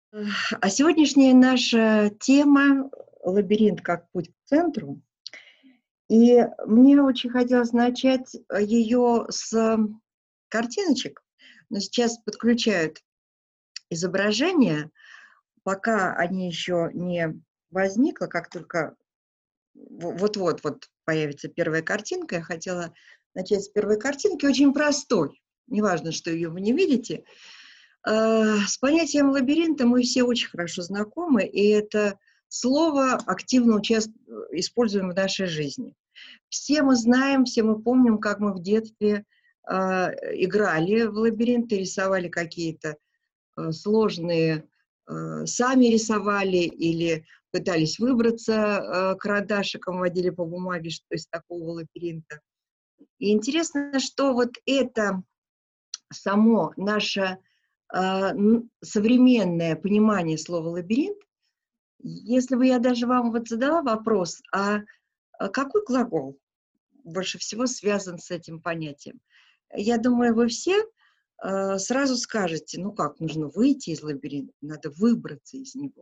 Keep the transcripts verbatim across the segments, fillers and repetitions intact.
Эх, А сегодняшняя наша тема — лабиринт как путь к центру. И мне очень хотелось начать ее с картиночек, но сейчас подключают изображения, пока они еще не возникло, как только в- вот-вот вот появится первая картинка. Я хотела начать с первой картинки, очень простой. Неважно, что ее вы не видите. Э, С понятием лабиринта мы все очень хорошо знакомы, и это слово активно участ... используем в нашей жизни. Все мы знаем, все мы помним, как мы в детстве э, играли в лабиринты, рисовали какие-то э, сложные, э, сами рисовали или пытались выбраться э, карандашиком, водили по бумаге, что из такого лабиринта. И интересно, что вот это само наше а, н- современное понимание слова лабиринт, если бы я даже вам вот задала вопрос, а, а какой глагол больше всего связан с этим понятием, я думаю, вы все а, сразу скажете, ну как, нужно выйти из лабиринта, надо выбраться из него.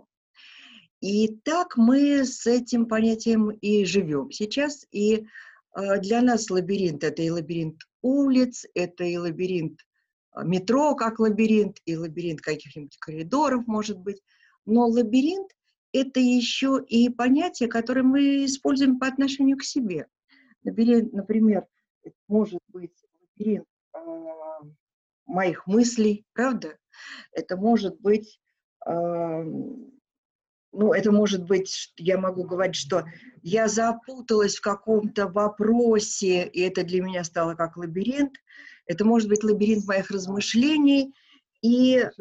И так мы с этим понятием и живем сейчас. И а, для нас лабиринт — это и лабиринт улиц, это и лабиринт а, метро как лабиринт, и лабиринт каких-нибудь коридоров, может быть. Но лабиринт — это еще и понятие, которое мы используем по отношению к себе. Лабиринт, например, это может быть лабиринт а, моих мыслей, правда? Это может быть а, ну, это может быть, ш- я могу говорить, что я запуталась в каком-то вопросе, и это для меня стало как лабиринт. Это может быть лабиринт моих размышлений, и э,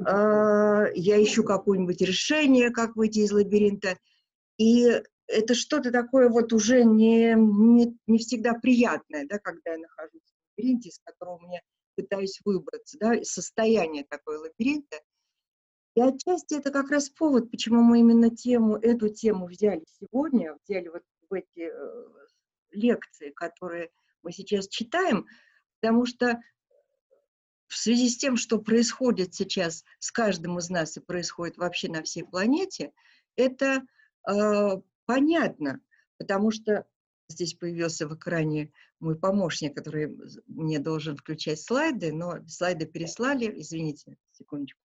я ищу какое-нибудь решение, как выйти из лабиринта. И это что-то такое вот уже не, не, не всегда приятное, да, когда я нахожусь в лабиринте, из которого мне пытаюсь выбраться, да, состояние такое лабиринта. И отчасти это как раз повод, почему мы именно тему, эту тему взяли сегодня, взяли вот в эти э, лекции, которые мы сейчас читаем, потому что в связи с тем, что происходит сейчас с каждым из нас и происходит вообще на всей планете, это э, понятно, потому что здесь появился в экране мой помощник, который мне должен включать слайды, но слайды переслали, извините, секундочку.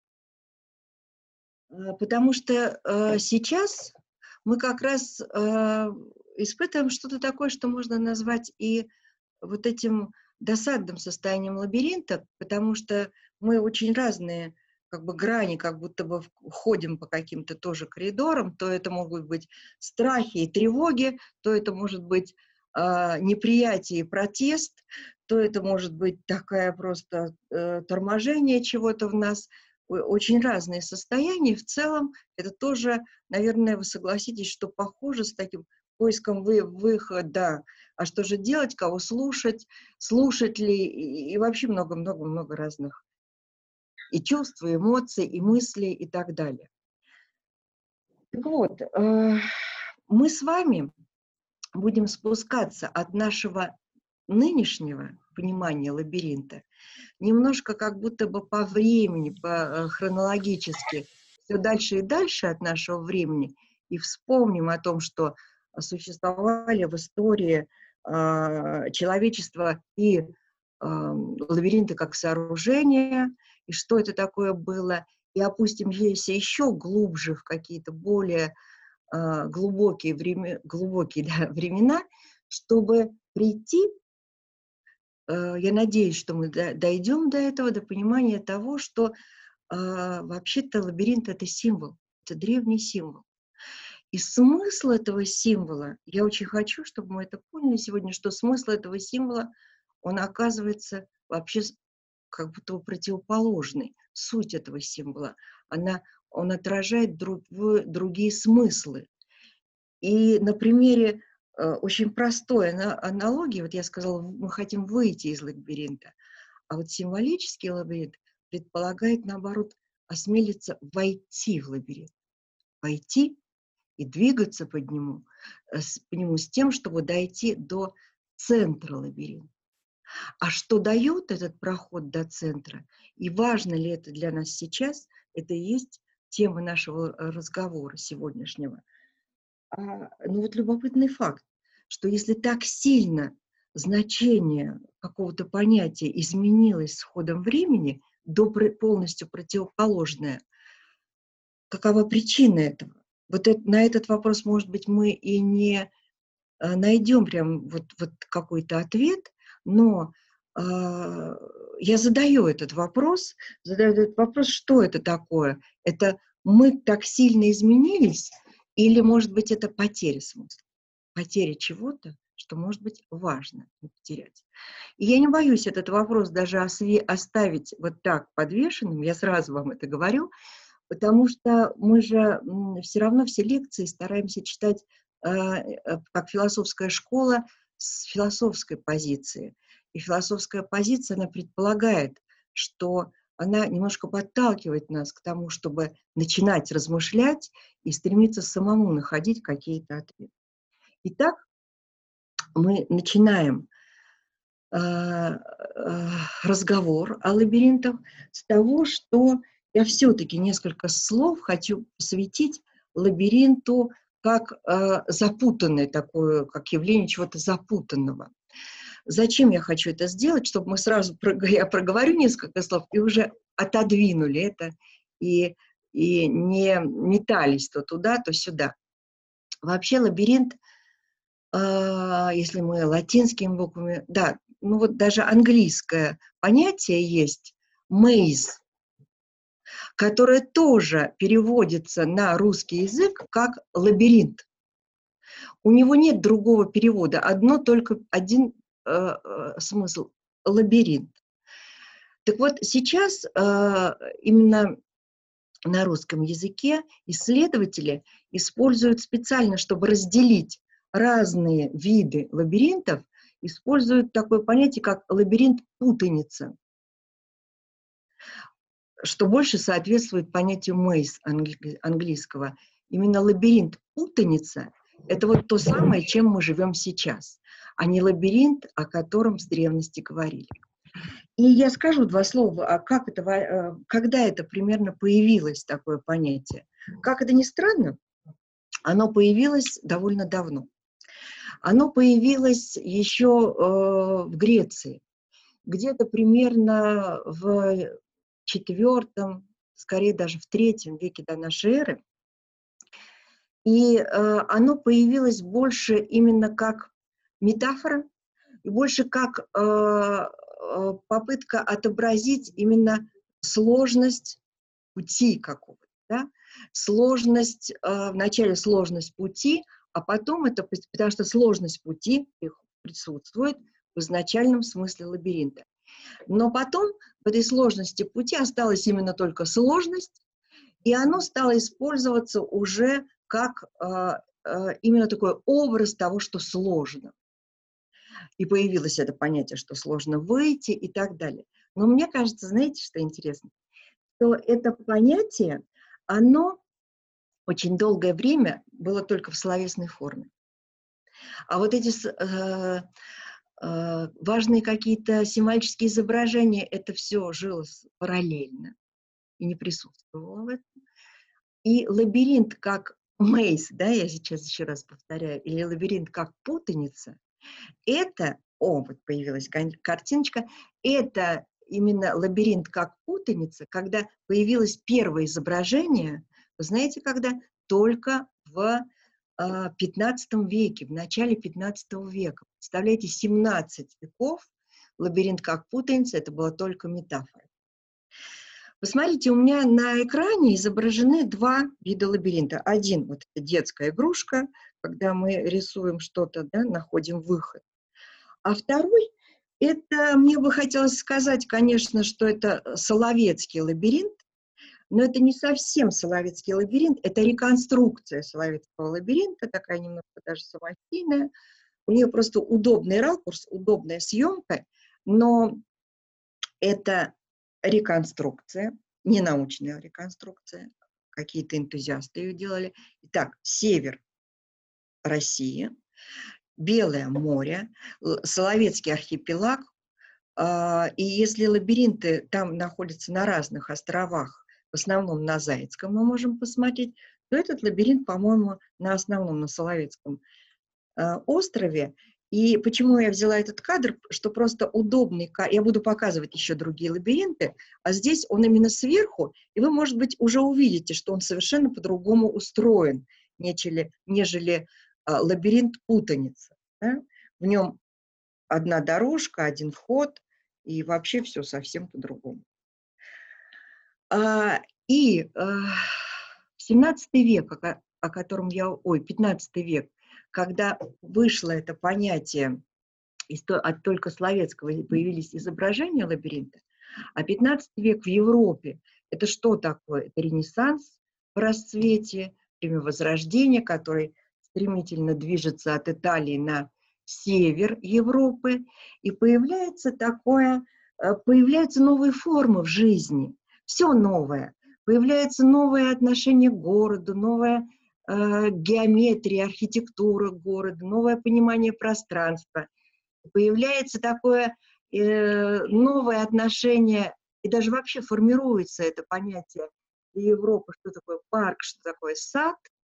Э, потому что, э, сейчас мы как раз, э, испытываем что-то такое, что можно назвать и вот этим досадным состоянием лабиринта, потому что мы очень разные как бы грани, как будто бы в ходим по каким-то тоже коридорам. То это могут быть страхи и тревоги, то это может быть, а, неприятие и протест, то это может быть такая просто, э, торможение чего-то в нас. О очень разные состояния. И в целом это тоже, наверное, вы согласитесь, что похоже с таким поиском вы выхода. А что же делать, кого слушать, слушать ли, и и вообще много-много-много разных и чувств, и эмоций, и мыслей, и так далее. Так вот, э, мы с вами будем спускаться от нашего нынешнего понимания лабиринта немножко как будто бы по времени, по э, хронологически все дальше и дальше от нашего времени, и вспомним о том, что существовали в истории а, человечества и ам, лабиринты как сооружения, и что это такое было, и опустимся еще глубже в какие-то более а, глубокие, време- глубокие да, времена, чтобы прийти. Э, я надеюсь, что мы до дойдем до этого, до понимания того, что, а, вообще-то лабиринт — это символ, это древний символ. И смысл этого символа, я очень хочу, чтобы мы это поняли сегодня, что смысл этого символа, он оказывается вообще с как будто бы противоположный. Суть этого символа, она он отражает друг другие смыслы. И на примере, э, очень простой ана аналогии, вот я сказала, в мы хотим выйти из лабиринта. А вот символический лабиринт предполагает, наоборот, осмелиться войти в лабиринт, войти и двигаться под нему, э, с, по нему с тем, чтобы дойти до центра лабиринта. А что дает этот проход до центра, и важно ли это для нас сейчас, это и есть темы нашего э, разговора сегодняшнего. А, ну вот любопытный факт, что если так сильно значение какого-то понятия изменилось с ходом времени до пр- полностью противоположное, какова причина этого? Вот это- на этот вопрос, может быть, мы и не э, найдем прям вот, вот какой-то ответ, но а, я задаю этот вопрос, задаю этот вопрос, что это такое? Это мы так сильно изменились, или, может быть, это потеря смысла? Потеря чего-то, что, может быть, важно не потерять. И я не боюсь этот вопрос даже осве- оставить вот так подвешенным, я сразу вам это говорю, потому что мы же все равно все лекции стараемся читать э, э, как философская школа с философской позиции. И философская позиция, она предполагает, что она немножко подталкивает нас к тому, чтобы начинать размышлять и стремиться самому находить какие-то ответы. Итак, мы начинаем э, э, разговор о лабиринтах с того, что я все-таки несколько слов хочу посвятить лабиринту как э, запутанное такое, как явление чего-то запутанного. Зачем я хочу это сделать? Чтобы мы сразу, я проговорю несколько слов и уже отодвинули это и, и не метались то туда, то сюда. Вообще лабиринт, а, если мы латинскими буквами, да, ну вот даже английское понятие есть maze, которое тоже переводится на русский язык как лабиринт. У него нет другого перевода, одно только один э, э, смысл – лабиринт. Так вот, сейчас э, именно на русском языке исследователи используют специально, чтобы разделить разные виды лабиринтов, используют такое понятие, как лабиринт-путаница, что больше соответствует понятию maze англи- английского. Именно лабиринт-путаница – это вот то самое, чем мы живем сейчас, а не лабиринт, о котором с древности говорили. И я скажу два слова, а как это, э, когда это примерно появилось, такое понятие. Как это ни странно, оно появилось довольно давно. Оно появилось еще э, в Греции, где-то примерно в четвертом, скорее даже в третьем веке до нашей эры. И э, оно появилось больше именно как метафора, и больше как э, э, попытка отобразить именно сложность пути какого-то, да? Сложность, э, вначале сложность пути, а потом это, потому что сложность пути присутствует в изначальном смысле лабиринта. Но потом в этой сложности пути осталась именно только сложность, и оно стало использоваться уже как э, э, именно такой образ того, что сложно. И появилось это понятие, что сложно выйти и так далее. Но мне кажется, знаете, что интересно? Что это понятие, оно очень долгое время было только в словесной форме. А вот эти э, э, важные какие-то символические изображения, это все жило параллельно и не присутствовало в этом. И лабиринт как мейз, да, я сейчас еще раз повторяю, или лабиринт как путаница, это, о, вот появилась картиночка, это именно лабиринт как путаница, когда появилось первое изображение, вы знаете, когда? Только в э, пятнадцатом веке, в начале пятнадцатого века. Представляете, семнадцать веков лабиринт как путаница, это была только метафора. Посмотрите, у меня на экране изображены два вида лабиринта. Один, вот это детская игрушка, когда мы рисуем что-то, да, находим выход. А второй, это мне бы хотелось сказать, конечно, что это Соловецкий лабиринт, но это не совсем Соловецкий лабиринт, это реконструкция Соловецкого лабиринта, такая немножко даже самостийная. У нее просто удобный ракурс, удобная съемка, но это реконструкция, не научная реконструкция, какие-то энтузиасты ее делали. Итак, север России, Белое море, Соловецкий архипелаг. И если лабиринты там находятся на разных островах, в основном на Зайцком мы можем посмотреть, то этот лабиринт, по-моему, на основном, на Соловецком э, острове. И почему я взяла этот кадр, что просто удобный кадр. Я буду показывать еще другие лабиринты, а здесь он именно сверху, и вы, может быть, уже увидите, что он совершенно по-другому устроен, нежели, нежели э, лабиринт путаницы. Да? В нем одна дорожка, один вход, и вообще все совсем по-другому. А, и а, семнадцатый век, о, о котором я, ой, пятнадцатый век, когда вышло это понятие, из, от только Соловецкого появились изображения лабиринта, а пятнадцатый век в Европе, это что такое? Это Ренессанс в расцвете, время Возрождения, который стремительно движется от Италии на север Европы, и появляется такое, появляются новые формы в жизни, все новое, появляется новое отношение к городу, новая э, геометрия, архитектура города, новое понимание пространства, появляется такое э, новое отношение, и даже вообще формируется это понятие для Европы, что такое парк, что такое сад.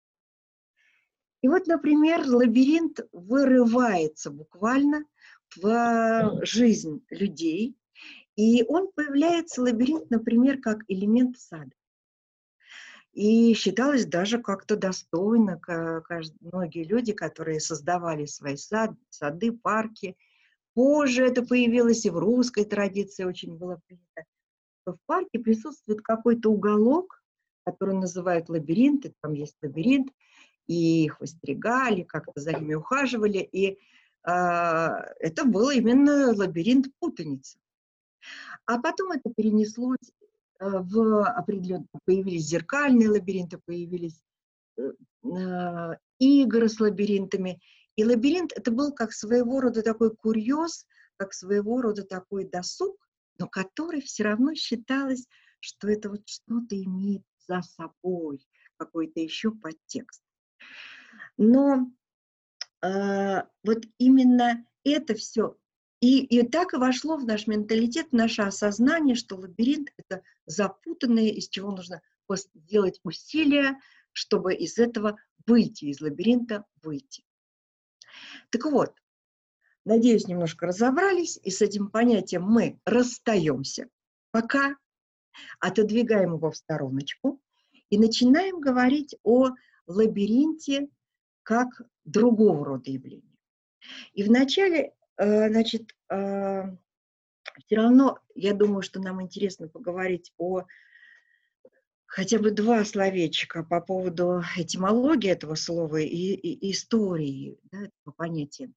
И вот, например, лабиринт вырывается буквально в жизнь людей, и он появляется, лабиринт, например, как элемент сада. И считалось даже как-то достойно, многие люди, которые создавали свои сад, сады, парки. Позже это появилось и в русской традиции очень было принято. В парке присутствует какой-то уголок, который называют лабиринт, и там есть лабиринт, и их выстригали, как-то за ними ухаживали, и э, это был именно лабиринт путаницы. А потом это перенеслось э, в определенные, появились зеркальные лабиринты, появились э, э, игры с лабиринтами, и лабиринт это был как своего рода такой курьез, как своего рода такой досуг, но который все равно считалось, что это вот что-то имеет за собой, какой-то еще подтекст. Но э, вот именно это все, и, и так и вошло в наш менталитет, в наше осознание, что лабиринт – это запутанное, из чего нужно сделать усилия, чтобы из этого выйти, из лабиринта выйти. Так вот, надеюсь, немножко разобрались, и с этим понятием мы расстаемся, пока отодвигаем его в стороночку и начинаем говорить о лабиринте как другого рода явления. И вначале, э, значит, э, все равно, я думаю, что нам интересно поговорить о хотя бы два словечка по поводу этимологии этого слова и, и истории, да, этого понятия.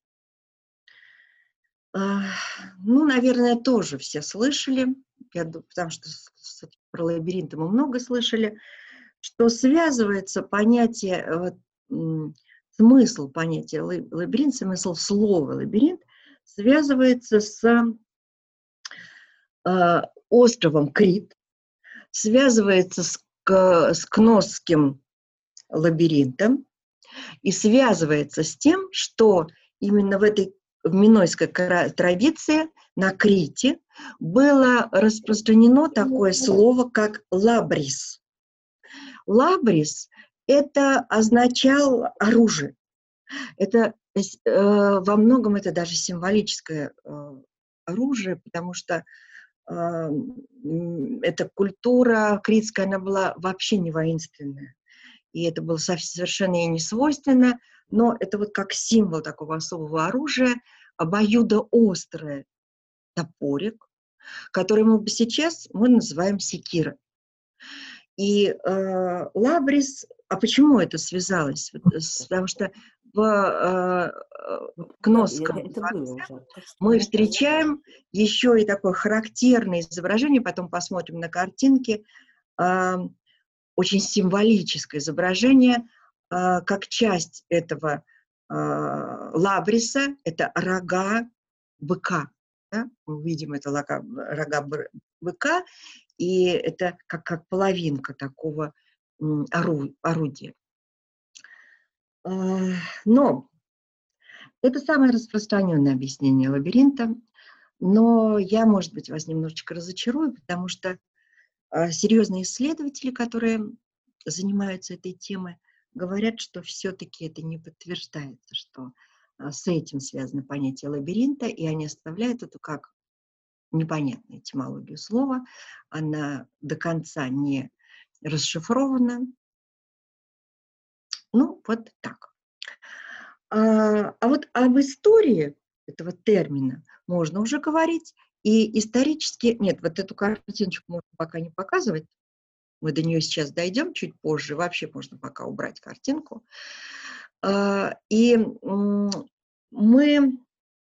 Э, ну, наверное, тоже все слышали, я думаю, потому что про лабиринты мы много слышали, что связывается понятие, вот, смысл понятия лабиринт, смысл слова лабиринт связывается с э, островом Крит, связывается с, с Кносским лабиринтом и связывается с тем, что именно в этой в минойской традиции на Крите было распространено такое слово, как лабрис. Лабрис – это означал оружие. Это э, во многом это даже символическое э, оружие, потому что э, эта культура критская, она была вообще не воинственная. И это было совершенно ей не свойственно, но это вот как символ такого особого оружия, обоюдоострый топорик, который мы сейчас мы называем секирой. И э, лабрис, а почему это связалось? Потому что в э, Кносском мы встречаем еще и такое характерное изображение, потом посмотрим на картинке, э, очень символическое изображение, э, как часть этого э, лабриса, это рога быка. Да? Мы видим это рога, рога быка, и это как, как половинка такого ору, орудия. Но это самое распространенное объяснение лабиринта, но я, может быть, вас немножечко разочарую, потому что а, серьезные исследователи, которые занимаются этой темой, говорят, что все-таки это не подтверждается, что а, с этим связано понятие лабиринта, и они оставляют это как непонятную этимологию слова, она до конца не расшифрована. Ну, вот так. А, а вот об истории этого термина можно уже говорить, и исторически... Нет, вот эту картиночку можно пока не показывать, мы до нее сейчас дойдем чуть позже, вообще можно пока убрать картинку. А, и м, мы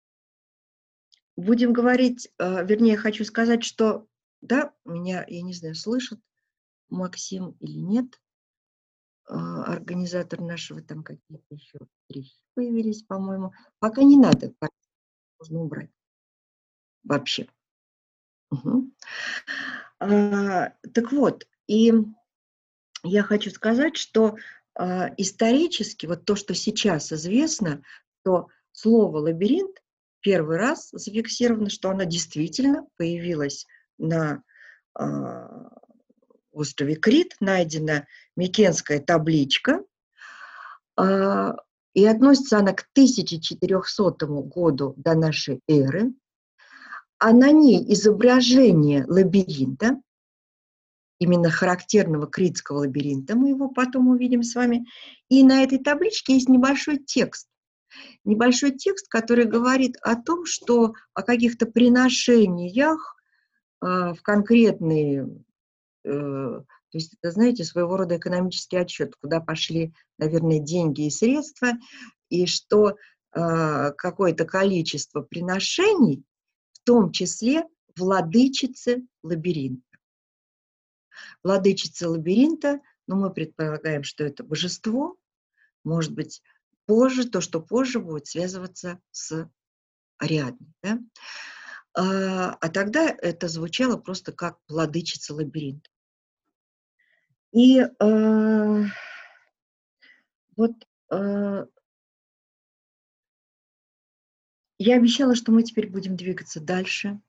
будем говорить, а, вернее, хочу сказать, что, да, меня, я не знаю, слышит Максим или нет, а, организатор нашего, там какие-то еще встречи появились, по-моему. Пока не надо, можно убрать вообще. Мгм. А, так вот, и я хочу сказать, что а, исторически, вот то, что сейчас известно, что слово «лабиринт» первый раз зафиксировано, что оно действительно появилось на а, острове Крит, найдена Микенская табличка, а, и относится она к тысяча четырехсотому году до нашей эры, а на ней изображение лабиринта, именно характерного критского лабиринта, мы его потом увидим с вами. И на этой табличке есть небольшой текст. Небольшой текст, который говорит о том, что о каких-то приношениях э, в конкретные, э, то есть это, знаете, своего рода экономический отчет, куда пошли, наверное, деньги и средства, и что э, какое-то количество приношений, в том числе владычицы лабиринта. Владычица лабиринта, но мы предполагаем, что это божество, может быть, позже, то, что позже будет связываться с Ариадной. Да? А, а тогда это звучало просто как владычица лабиринта. И э, вот э, я обещала, что мы теперь будем двигаться дальше,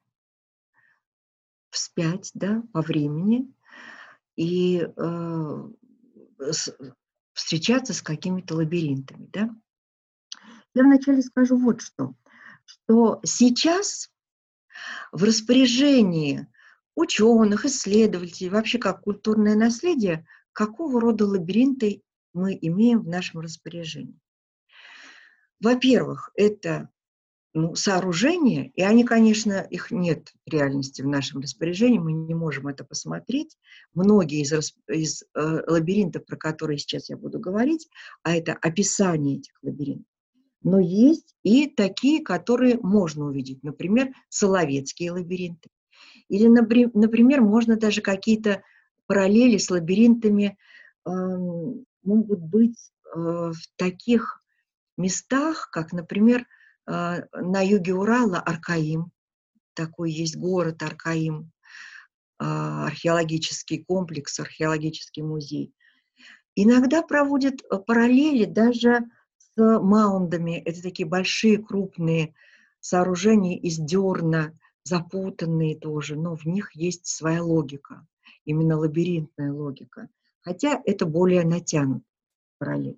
вспять, да, по времени, и э, с, встречаться с какими-то лабиринтами. Да? Я вначале скажу вот что, что сейчас в распоряжении ученых, исследователей, вообще как культурное наследие, какого рода лабиринты мы имеем в нашем распоряжении. Во-первых, это ну, сооружения, и они, конечно, их нет в реальности в нашем распоряжении, мы не можем это посмотреть. Многие из, из э, лабиринтов, про которые сейчас я буду говорить, а это описание этих лабиринтов, но есть и такие, которые можно увидеть, например, Соловецкие лабиринты. Или, например, можно даже какие-то параллели с лабиринтами э, могут быть э, в таких местах, как, например, э, на юге Урала Аркаим, такой есть город Аркаим, э, археологический комплекс, археологический музей. Иногда проводят параллели даже с маундами. Это такие большие, крупные сооружения из дерна, запутанные тоже, но в них есть своя логика, именно лабиринтная логика. Хотя это более натянутая параллель.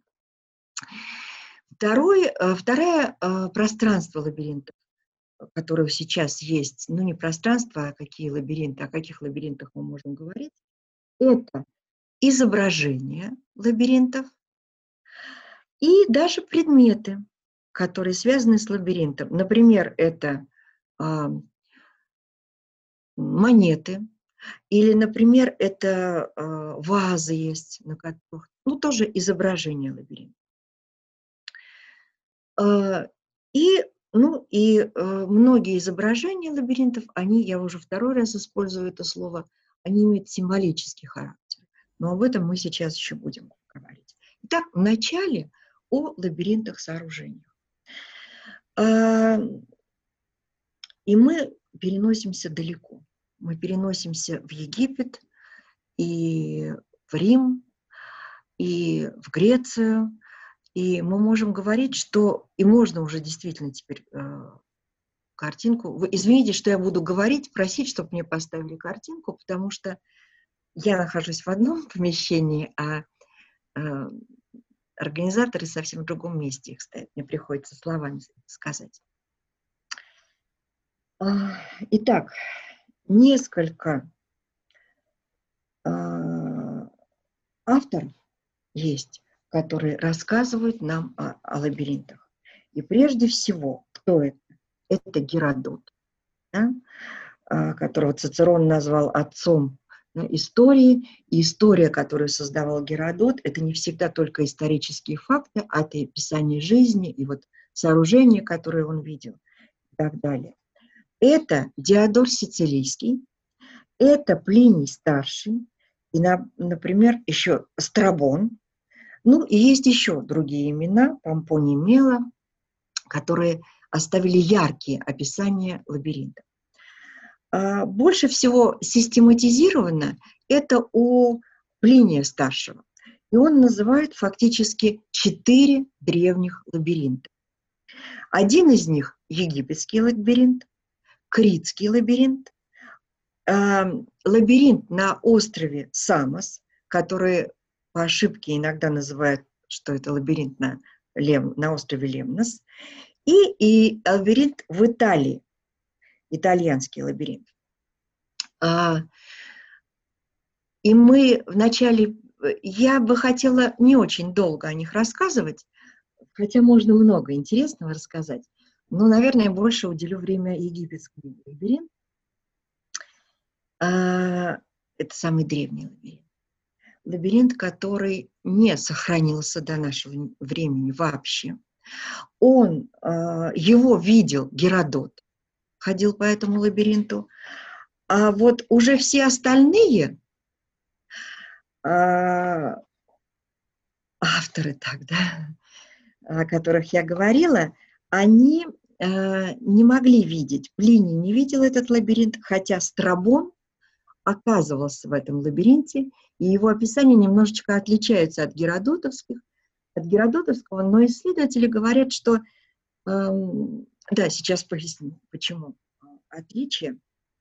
Второе, второе пространство лабиринтов, которое сейчас есть, ну не пространство, а какие лабиринты, о каких лабиринтах мы можем говорить, это изображение лабиринтов, и даже предметы, которые связаны с лабиринтом. Например, это а, монеты, или, например, это а, вазы есть, на которых, ну, тоже изображение лабиринта. А, и, ну, и а, многие изображения лабиринтов, они, я уже второй раз использую это слово, они имеют символический характер. Но об этом мы сейчас еще будем говорить. Итак, вначале о лабиринтах-сооружениях. И мы переносимся далеко. Мы переносимся в Египет, и в Рим, и в Грецию. И мы можем говорить, что... И можно уже действительно теперь э, картинку... Вы извините, что я буду говорить, просить, чтобы мне поставили картинку, потому что я нахожусь в одном помещении, а э, организаторы совсем в другом месте их стоят. Мне приходится словами сказать. А, Итак, несколько а, авторов есть, которые рассказывают нам о, о лабиринтах. И прежде всего, кто это? Это Геродот, да? а, которого Цицерон назвал отцом, да, истории. И история, которую создавал Геродот, это не всегда только исторические факты, а это и описание жизни, и вот сооружения, которые он видел, и так далее. Это Диодор Сицилийский, это Плиний Старший, и, например, еще Страбон. Ну, и есть еще другие имена, Помпоний Мела, которые оставили яркие описания лабиринта. Больше всего систематизировано это у Плиния Старшего. И он называет фактически четыре древних лабиринта. Один из них – египетский лабиринт, критский лабиринт, лабиринт на острове Самос, который по ошибке иногда называют, что это лабиринт на, Лем, на острове Лемнос, и, и лабиринт в Италии, итальянский лабиринт. И мы вначале, я бы хотела не очень долго о них рассказывать, хотя можно много интересного рассказать, но, наверное, больше уделю время египетскому лабиринту. Это самый древний лабиринт. Лабиринт, который не сохранился до нашего времени вообще. Он, его видел Геродот, ходил по этому лабиринту, а вот уже все остальные авторы тогда, о которых я говорила, они не могли видеть. Плиний не видел этот лабиринт, хотя Страбон оказывался в этом лабиринте, и его описания немножечко отличаются от геродотовских, от геродотовского, но исследователи говорят, что, э, да, сейчас поясню, почему отличие.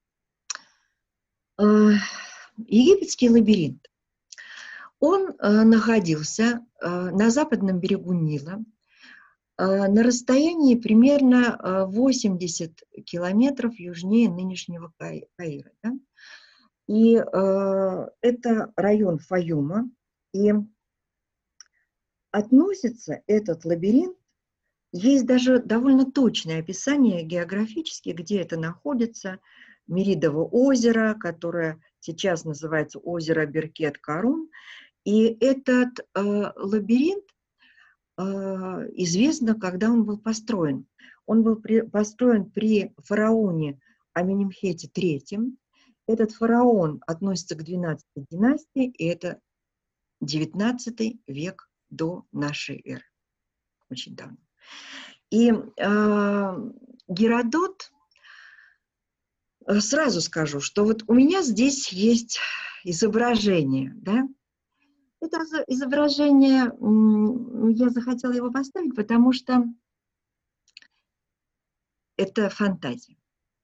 Э, египетский лабиринт, он э, находился э, на западном берегу Нила, э, на расстоянии примерно э, восемьдесят километров южнее нынешнего Каира, да? И э, это район Фаюма, и относится этот лабиринт, есть даже довольно точное описание географически, где это находится, Меридово озеро, которое сейчас называется озеро Беркет-Карун, и этот э, лабиринт э, известно, когда он был построен. Он был при, построен при фараоне Аменемхете третьем. Этот фараон относится к двенадцатой династии, и это девятнадцатый век до нашей эры. Очень давно. И э, Геродот, сразу скажу, что вот у меня здесь есть изображение, да? Это изображение, я захотела его поставить, потому что это фантазия.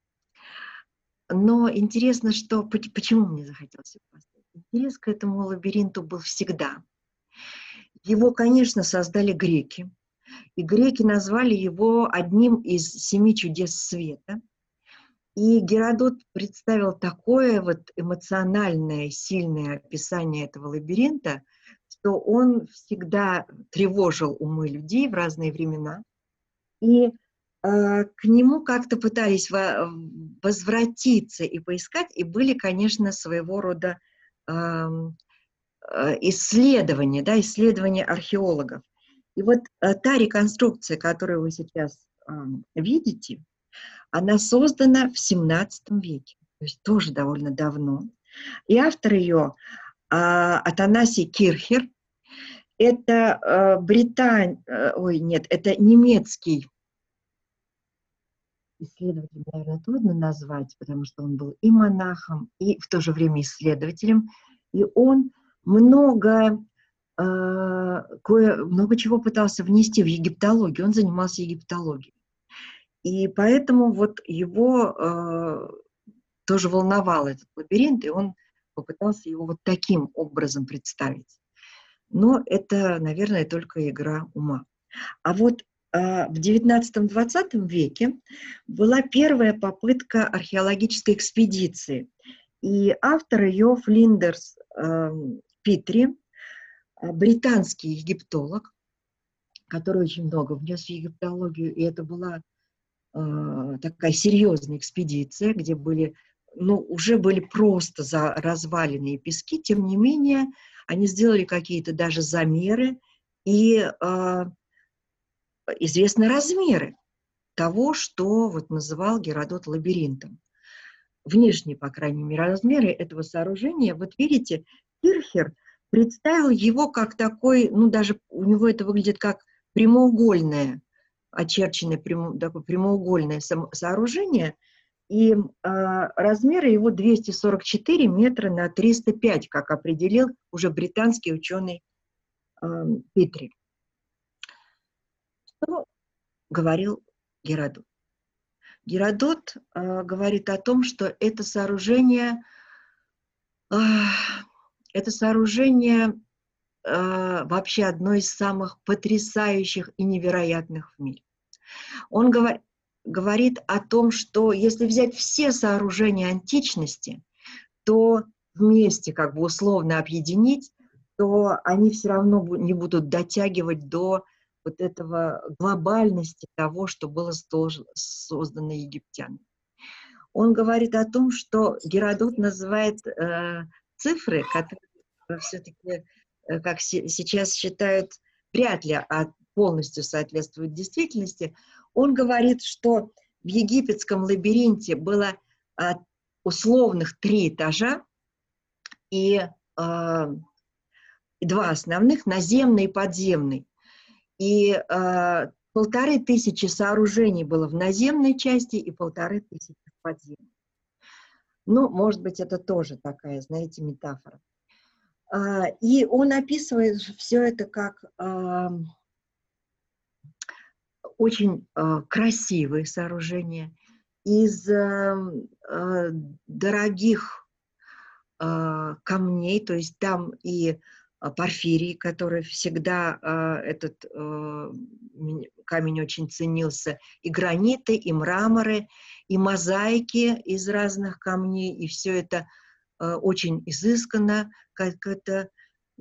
Но интересно, что, почему мне захотелось его поставить. Интерес к этому лабиринту был всегда. Его, конечно, создали греки, и греки назвали его одним из семи чудес света. И Геродот представил такое вот эмоциональное, сильное описание этого лабиринта, что он всегда тревожил умы людей в разные времена. И к нему как-то пытались возвратиться и поискать, и были, конечно, своего рода исследования, да, исследования археологов. И вот та реконструкция, которую вы сейчас видите, она создана в семнадцатом веке, то есть тоже довольно давно. И автор ее Атанасий Кирхер, это британь, ой, нет, это немецкий исследователь, наверное, трудно назвать, потому что он был и монахом, и в то же время исследователем, и он много, э, кое, много чего пытался внести в египтологию, он занимался египтологией. И поэтому вот его э, тоже волновал этот лабиринт, и он попытался его вот таким образом представить. Но это, наверное, только игра ума. А вот э, в девятнадцатом-двадцатом веке была первая попытка археологической экспедиции. И автор ее Флиндерс э, Питри, британский египтолог, который очень много внес в египтологию, и это была э, такая серьезная экспедиция, где были, ну, уже были просто за разваленные пески, тем не менее, они сделали какие-то даже замеры, и э, известны размеры того, что вот называл Геродот лабиринтом. Внешние, по крайней мере, размеры этого сооружения. Вот видите, Кирхер представил его как такой, ну даже у него это выглядит как прямоугольное, очерченное прямо, такое прямоугольное сооружение, и э, размеры его двести сорок четыре метра на триста пять, как определил уже британский ученый э, Питри. Что говорил Геродот? Геродот э, говорит о том, что это сооружение, э, это сооружение э, вообще одно из самых потрясающих и невероятных в мире. Он говор, говорит о том, что если взять все сооружения античности, то вместе как бы условно объединить, то они все равно не будут дотягивать до вот этого глобальности того, что было создано египтянами. Он говорит о том, что Геродот называет э, цифры, которые все-таки, э, как се сейчас считают, вряд ли а полностью соответствуют действительности. Он говорит, что в египетском лабиринте было э, условных три этажа, и, э, и два основных, наземный и подземный. И э, полторы тысячи сооружений было в наземной части и полторы тысячи в подземной. Ну, может быть, это тоже такая, знаете, метафора. А, и он описывает все это как а, очень а, красивые сооружения из а, а, дорогих а, камней, то есть там и порфирий, который всегда, э, этот э, камень очень ценился, и граниты, и мраморы, и мозаики из разных камней, и все это э, очень изысканно, как это э,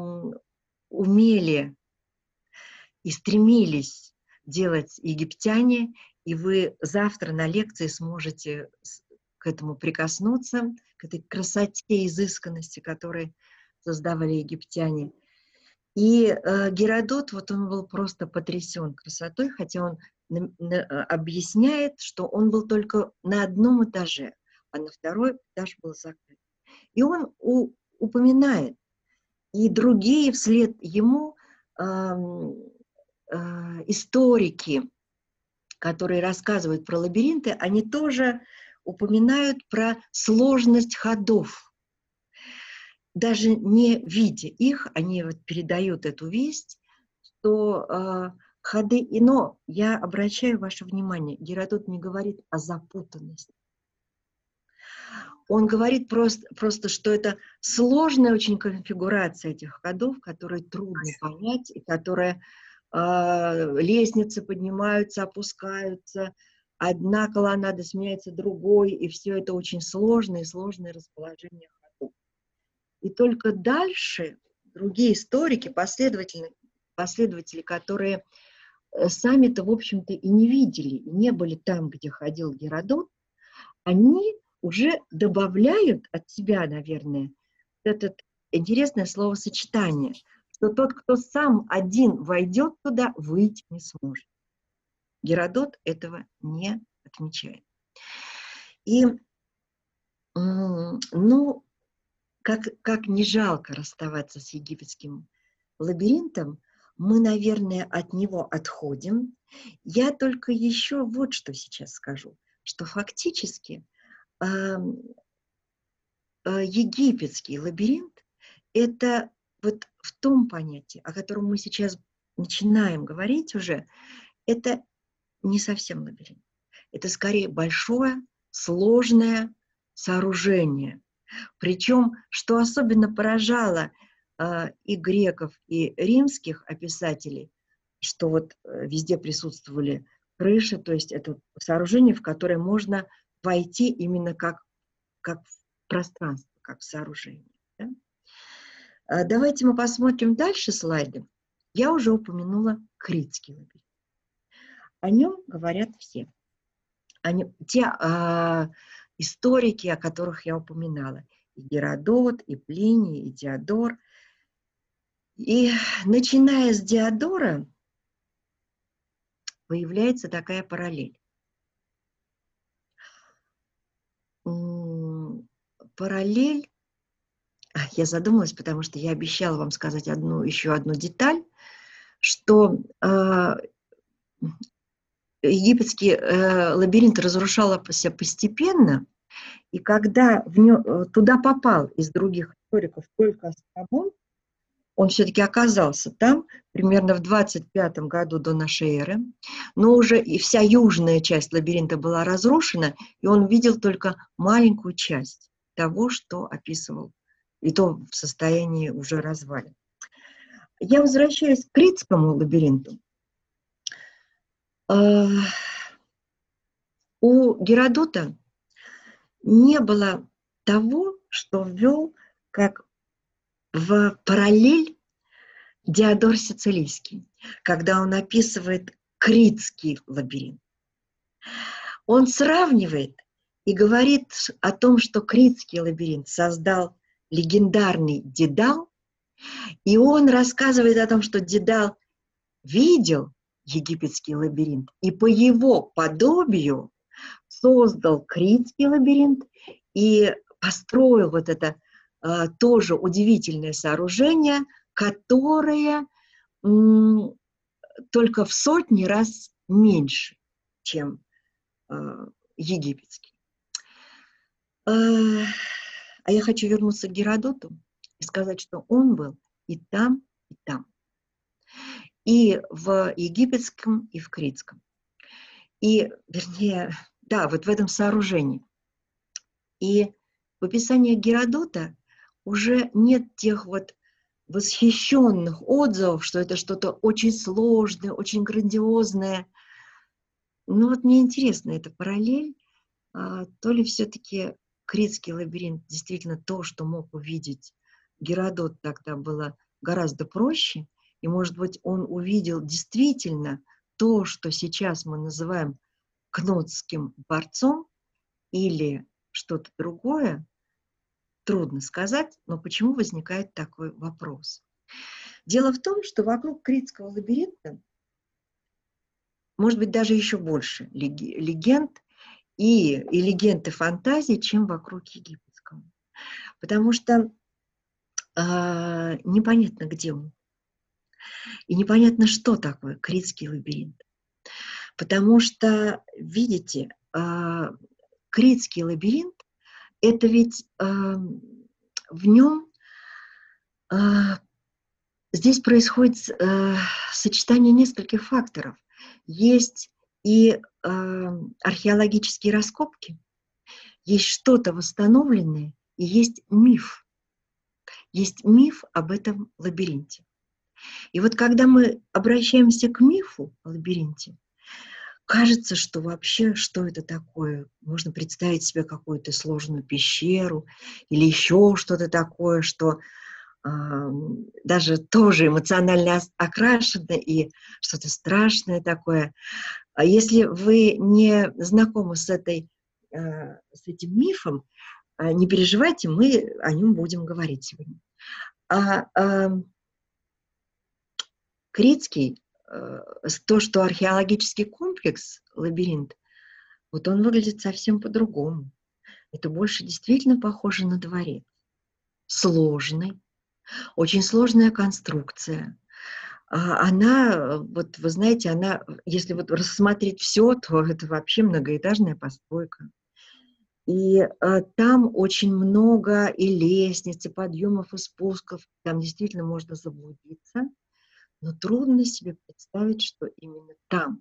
умели и стремились делать египтяне, и вы завтра на лекции сможете к этому прикоснуться, к этой красоте и изысканности, которые создавали египтяне. И э, Геродот, вот он был просто потрясен красотой, хотя он на, на, объясняет, что он был только на одном этаже, а на второй этаж был закрыт. И он у, упоминает, и другие вслед ему э, э, историки, которые рассказывают про лабиринты, они тоже упоминают про сложность ходов. Даже не видя их, они вот передают эту весть, что э, ходы... Но я обращаю ваше внимание, Геродот не говорит о запутанности. Он говорит просто, просто, что это сложная очень конфигурация этих ходов, которые трудно понять, и которые э, лестницы поднимаются, опускаются, одна колоннада сменяется другой, и все это очень сложное и сложное расположение ходов. И только дальше другие историки, последователи, последователи которые сами-то, в общем-то, и не видели, и не были там, где ходил Геродот, они уже добавляют от себя, наверное, это интересное словосочетание, что тот, кто сам один войдет туда, выйти не сможет. Геродот этого не отмечает. И, ну, Как, как не жалко расставаться с египетским лабиринтом, мы, наверное, от него отходим. Я только еще вот что сейчас скажу, что фактически э, э, египетский лабиринт – это вот в том понятии, о котором мы сейчас начинаем говорить уже, это не совсем лабиринт. Это скорее большое, сложное сооружение, Причем, что особенно поражало э, и греков, и римских описателей, что вот э, везде присутствовали крыши, то есть это сооружение, в которое можно войти именно как, как в пространство, как в сооружение. Да? А давайте мы посмотрим дальше слайды. Я уже упомянула Критский лабиринт. О нем говорят все. Они, те а, историки, о которых я упоминала. И Геродот, и Плиний, и Диодор. И начиная с Диодора появляется такая параллель. Параллель, я задумалась, потому что я обещала вам сказать одну, еще одну деталь, что э, египетский э, лабиринт разрушался постепенно, и когда в нё, туда попал из других историков только Страбон, он все-таки оказался там примерно в двадцать пятом году до нашей эры, но уже и вся южная часть лабиринта была разрушена, и он видел только маленькую часть того, что описывал, и то в состоянии уже развалин. Я возвращаюсь к Критскому лабиринту. У Геродота не было того, что ввел как в параллель Диодор Сицилийский, когда он описывает Критский лабиринт. Он сравнивает и говорит о том, что Критский лабиринт создал легендарный Дедал, и он рассказывает о том, что Дедал видел египетский лабиринт и по его подобию создал Критский лабиринт и построил вот это э, тоже удивительное сооружение, которое м, только в сотни раз меньше, чем э, египетский. Э, а я хочу вернуться к Геродоту и сказать, что он был и там, и там. И в египетском, и в критском. И, вернее, да, вот в этом сооружении. И в описании Геродота уже нет тех вот восхищенных отзывов, что это что-то очень сложное, очень грандиозное. Ну вот мне интересно, эта параллель, а, то ли все-таки Критский лабиринт действительно то, что мог увидеть Геродот, тогда было гораздо проще, и, может быть, он увидел действительно то, что сейчас мы называем Кнотским дворцом, или что-то другое, трудно сказать, но почему возникает такой вопрос? Дело в том, что вокруг Критского лабиринта, может быть, даже еще больше легенд и, и легенд и фантазий, чем вокруг египетского. Потому что э, непонятно, где он. И непонятно, что такое Критский лабиринт. Потому что, видите, э, Критский лабиринт, это ведь э, в нем э, здесь происходит э, сочетание нескольких факторов. Есть и э, археологические раскопки, есть что-то восстановленное, и есть миф. Есть миф об этом лабиринте. И вот когда мы обращаемся к мифу о лабиринте, кажется, что вообще, что это такое? Можно представить себе какую-то сложную пещеру или еще что-то такое, что э, даже тоже эмоционально окрашено и что-то страшное такое. А если вы не знакомы с, этой, э, с этим мифом, э, не переживайте, мы о нем будем говорить сегодня. А э, Критский, э, то, что археологический комплекс, лабиринт, вот он выглядит совсем по-другому. Это больше действительно похоже на дворец. Сложный, очень сложная конструкция. Она, вот вы знаете, она, если вот рассмотреть все, то это вообще многоэтажная постройка. И а, там очень много и лестниц, и подъемов, и спусков. Там действительно можно заблудиться. Но трудно себе представить, что именно там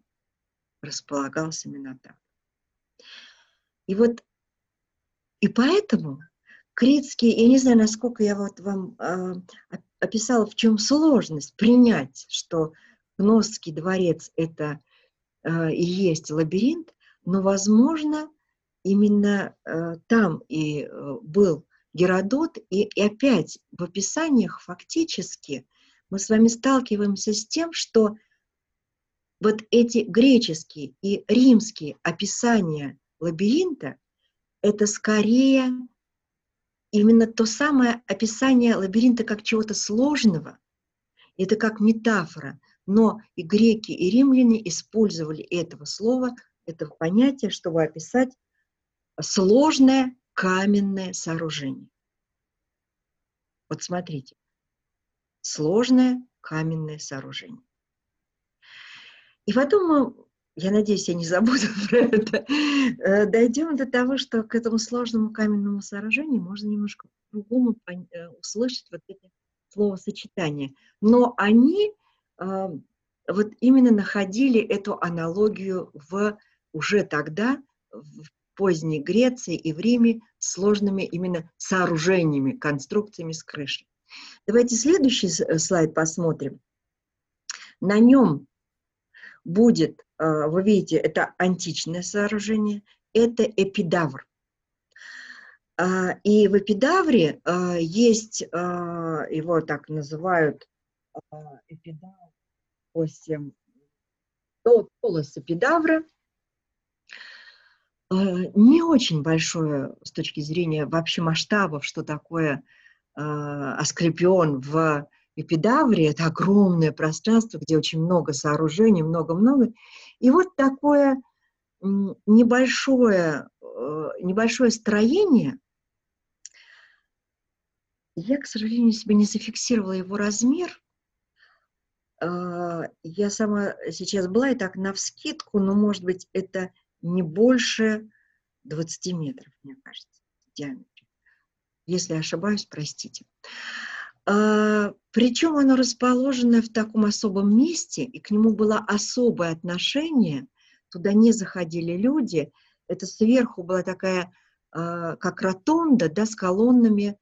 располагался Минотавр. И вот, и поэтому, Критские, я не знаю, насколько я вот вам э, описала, в чем сложность принять, что Гносский дворец – это э, и есть лабиринт, но, возможно, именно э, там и э, был Геродот, и, и опять в описаниях фактически мы с вами сталкиваемся с тем, что вот эти греческие и римские описания лабиринта – это скорее именно то самое описание лабиринта как чего-то сложного, это как метафора, но и греки, и римляне использовали этого слова, этого понятия, чтобы описать сложное каменное сооружение. Вот смотрите, сложное каменное сооружение. И потом мы, я надеюсь, я не забуду про это, дойдем до того, что к этому сложному каменному сооружению можно немножко по-другому услышать вот эти словосочетания. Но они э, вот именно находили эту аналогию в, уже тогда, в поздней Греции и в Риме, сложными именно сооружениями, конструкциями с крышей. Давайте следующий слайд посмотрим. На нем будет, вы видите, это античное сооружение, это эпидавр. И в эпидавре есть, его так называют, эпидавр, полос эпидавра, не очень большое с точки зрения вообще масштабов, что такое Асклепион в эпидавре, это огромное пространство, где очень много сооружений, много-много. И вот такое небольшое, небольшое строение, я, к сожалению, себе не зафиксировала его размер. Я сама сейчас была и так навскидку, но, может быть, это не больше двадцати метров, мне кажется, в диаметре. Если ошибаюсь, простите. Причем оно расположено в таком особом месте, и к нему было особое отношение. Туда не заходили люди. Это сверху была такая, как ротонда, да, с колоннами.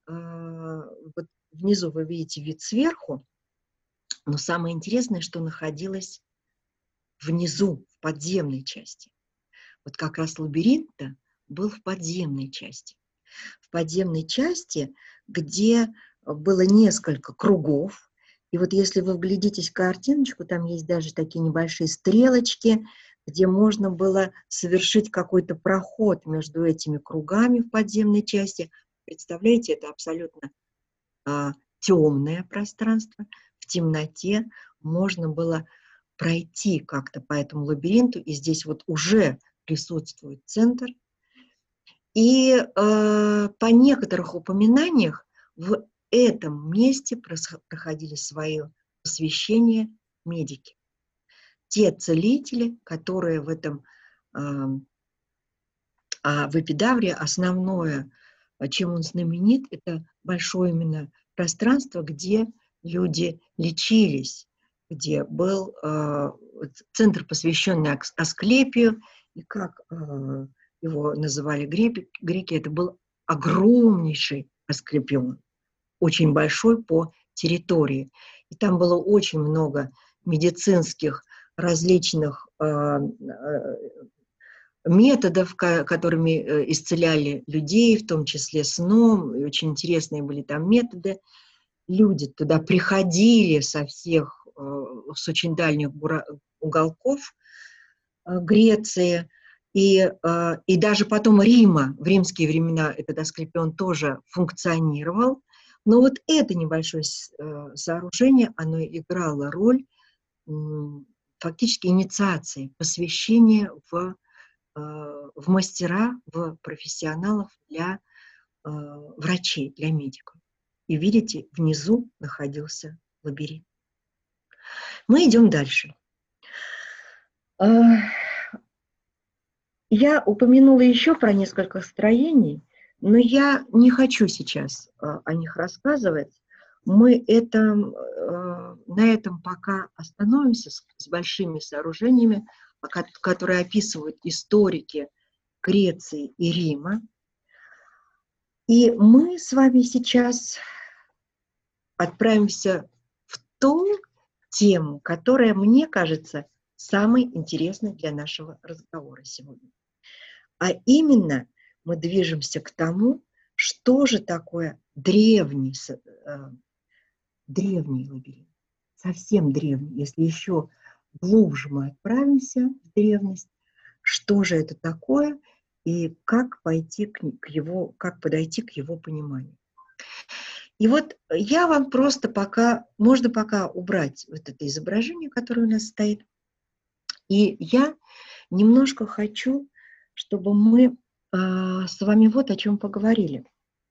Вот внизу вы видите вид сверху. Но самое интересное, что находилось внизу, в подземной части. Вот как раз лабиринт-то был в подземной части. В подземной части, где было несколько кругов. И вот если вы вглядитесь в картиночку, там есть даже такие небольшие стрелочки, где можно было совершить какой-то проход между этими кругами в подземной части. Представляете, это абсолютно а, темное пространство. В темноте можно было пройти как-то по этому лабиринту, и здесь вот уже присутствует центр. И э, по некоторых упоминаниях в этом месте проходили свои посвящения медики. Те целители, которые в этом, э, а в эпидавре основное, чем он знаменит, это большое именно пространство, где люди лечились, где был э, центр, посвященный Асклепию, и как э, его называли греки, греки, это был огромнейший Асклепион, очень большой по территории. И там было очень много медицинских различных э, э, методов, которыми исцеляли людей, в том числе сном, и очень интересные были там методы. Люди туда приходили со всех, с очень дальних уголков Греции, и, и даже потом Рима, в римские времена этот Асклепион тоже функционировал, но вот это небольшое сооружение, оно играло роль фактически инициации, посвящения в, в мастера, в профессионалов для врачей, для медиков. И видите, внизу находился лабиринт. Мы идем дальше. Я упомянула еще про несколько строений, но я не хочу сейчас о них рассказывать. Мы это, на этом пока остановимся с, с большими сооружениями, которые описывают историки Греции и Рима. И мы с вами сейчас отправимся в ту тему, которая, мне кажется, самой интересной для нашего разговора сегодня. А именно мы движемся к тому, что же такое древний, э, древний лабиринт, совсем древний. Если еще глубже мы отправимся в древность, что же это такое и как пойти к, к его, как подойти к его пониманию. И вот я вам просто пока, можно пока убрать вот это изображение, которое у нас стоит. И я немножко хочу, чтобы мы э, с вами вот о чем поговорили.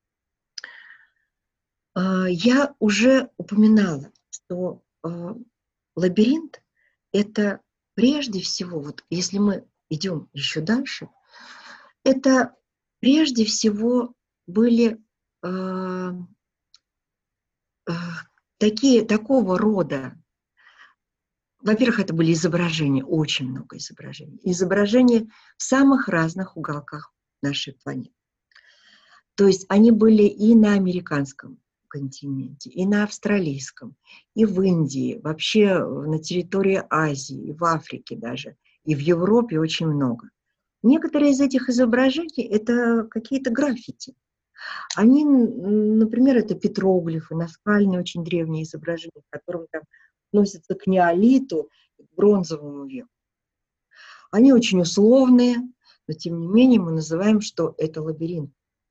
Э, я уже упоминала, что э, лабиринт – это прежде всего, вот если мы идем еще дальше, это прежде всего были э, э, такие, такого рода. Во-первых, это были изображения, очень много изображений. Изображения в самых разных уголках нашей планеты. То есть они были и на американском континенте, и на австралийском, и в Индии, вообще на территории Азии, и в Африке даже, и в Европе очень много. Некоторые из этих изображений – это какие-то граффити. Они, например, это петроглифы, наскальные очень древние изображения, которые там относятся к неолиту, к бронзовому веку. Они очень условные, но тем не менее мы называем, что это лабиринт.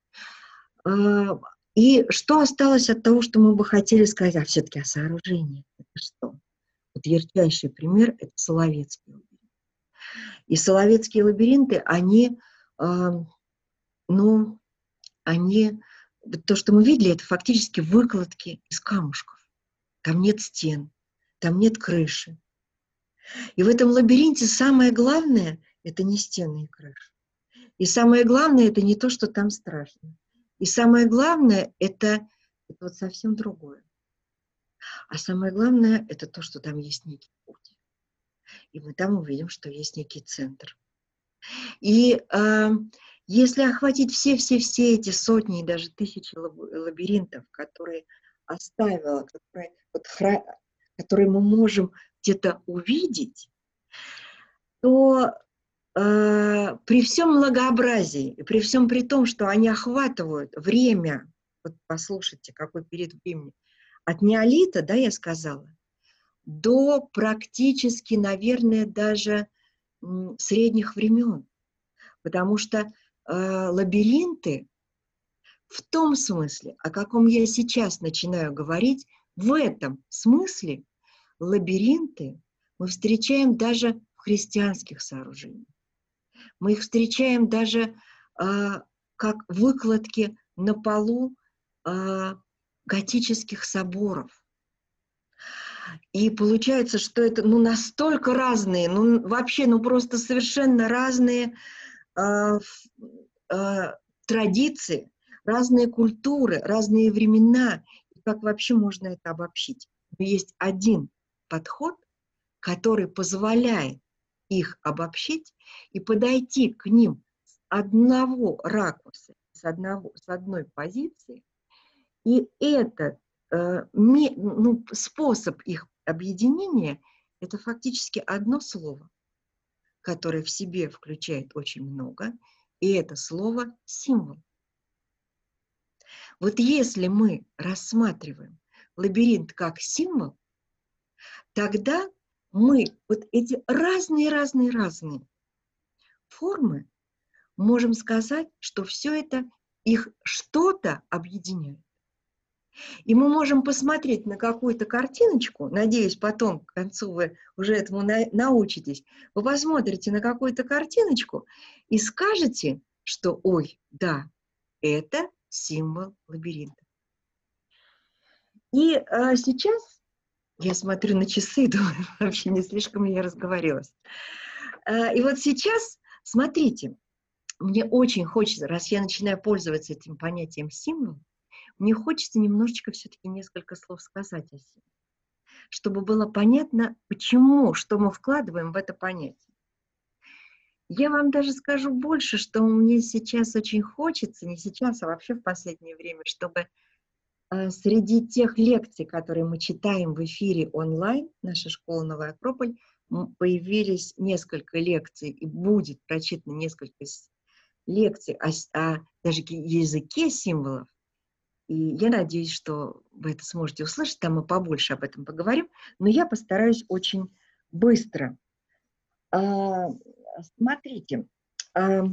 И что осталось от того, что мы бы хотели сказать, а все-таки о сооружении? Это что? Вот ярчайший пример – это Соловецкий лабиринт. И Соловецкие лабиринты, они, ну, они, то, что мы видели, это фактически выкладки из камушков. Там нет стен, там нет крыши. И в этом лабиринте самое главное – это не стены и крыша. И самое главное – это не то, что там страшно. И самое главное – это, это вот совсем другое. А самое главное – это то, что там есть некий путь. И мы там увидим, что есть некий центр. И э, если охватить все-все-все эти сотни и даже тысячи лабиринтов, которые оставила, которые, вот, хра... которые мы можем где-то увидеть, то э, при всем многообразии, и при всем при том, что они охватывают время, вот послушайте, какой период времени, от неолита, да, я сказала, до практически, наверное, даже м, средних времен. Потому что э, лабиринты в том смысле, о каком я сейчас начинаю говорить, в этом смысле лабиринты мы встречаем даже в христианских сооружениях. Мы их встречаем даже э, как выкладки на полу э, готических соборов. И получается, что это ну, настолько разные, ну вообще ну просто совершенно разные э, э, традиции, разные культуры, разные времена. И как вообще можно это обобщить? Но есть один подход, который позволяет их обобщить и подойти к ним с одного ракурса, с, одного, с одной позиции. И этот э, ми, ну, способ их объединения – это фактически одно слово, которое в себе включает очень много, и это слово «символ». Вот если мы рассматриваем лабиринт как символ, тогда мы вот эти разные-разные-разные формы можем сказать, что все это их что-то объединяет. И мы можем посмотреть на какую-то картиночку, надеюсь, потом к концу вы уже этому на, научитесь, вы посмотрите на какую-то картиночку и скажете, что, ой, да, это символ лабиринта. И а, сейчас я смотрю на часы, думаю, вообще не слишком я разговорилась. А, и вот сейчас, смотрите, мне очень хочется, раз я начинаю пользоваться этим понятием символ, мне хочется немножечко все-таки несколько слов сказать о себе, чтобы было понятно, почему, что мы вкладываем в это понятие. Я вам даже скажу больше, что мне сейчас очень хочется, не сейчас, а вообще в последнее время, чтобы э, среди тех лекций, которые мы читаем в эфире онлайн, наша школа «Новая Акрополь», м, появились несколько лекций, и будет прочитано несколько с- лекций о, с- о даже ки- языке символов. И я надеюсь, что вы это сможете услышать, там мы побольше об этом поговорим, но я постараюсь очень быстро. А, Смотрите, а,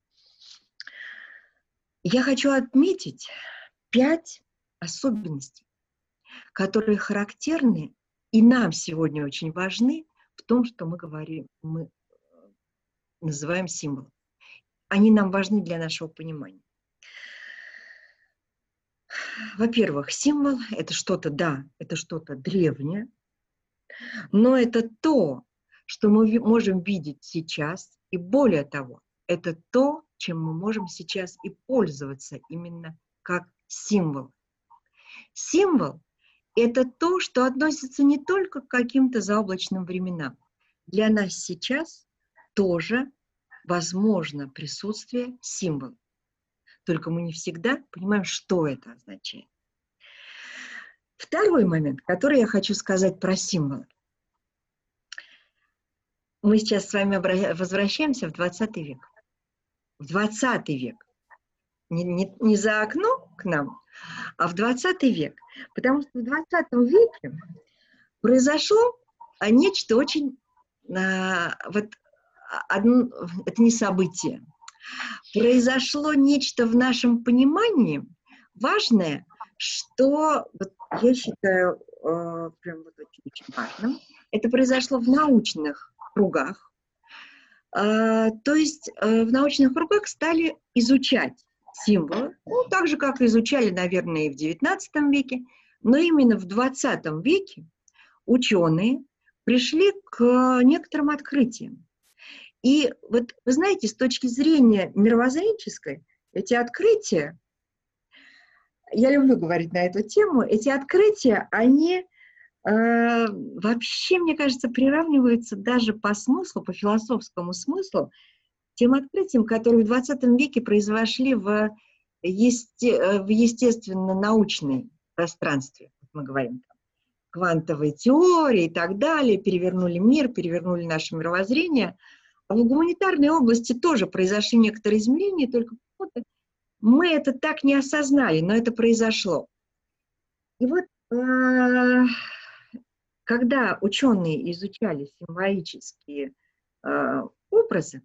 я хочу отметить пять особенностей, которые характерны и нам сегодня очень важны в том, что мы говорим, мы э, называем символом. Они нам важны для нашего понимания. Во-первых, символ — это что-то, да, это что-то древнее, но это то, что мы ви- можем видеть сейчас, и более того, это то, чем мы можем сейчас и пользоваться именно как символ. Символ — это то, что относится не только к каким-то заоблачным временам. Для нас сейчас тоже возможно присутствие символа. Только мы не всегда понимаем, что это означает. Второй момент, который я хочу сказать про символы. Мы сейчас с вами возвращаемся в двадцатый век. В двадцатый век. Не, не, не за окно к нам, а в двадцатый век. Потому что в двадцатом веке произошло а, нечто очень... а, вот, а, одно, это не событие. Произошло нечто в нашем понимании важное, что вот, я считаю э, прям вот очень, очень важным. Это произошло в научных кругах. Э, то есть э, в научных кругах стали изучать символы, ну, так же, как изучали, наверное, и в девятнадцатом веке, но именно в двадцатом веке ученые пришли к некоторым открытиям. И вот, вы знаете, с точки зрения мировоззренческой, эти открытия, я люблю говорить на эту тему, эти открытия, они э, вообще, мне кажется, приравниваются даже по смыслу, по философскому смыслу, тем открытиям, которые в двадцатом веке произошли в, есте, в естественно-научной пространстве, как мы говорим, там, квантовой теории и так далее, перевернули мир, перевернули наше мировоззрение. А в гуманитарной области тоже произошли некоторые изменения, только мы это так не осознали, но это произошло. И вот э, когда ученые изучали символические э, образы,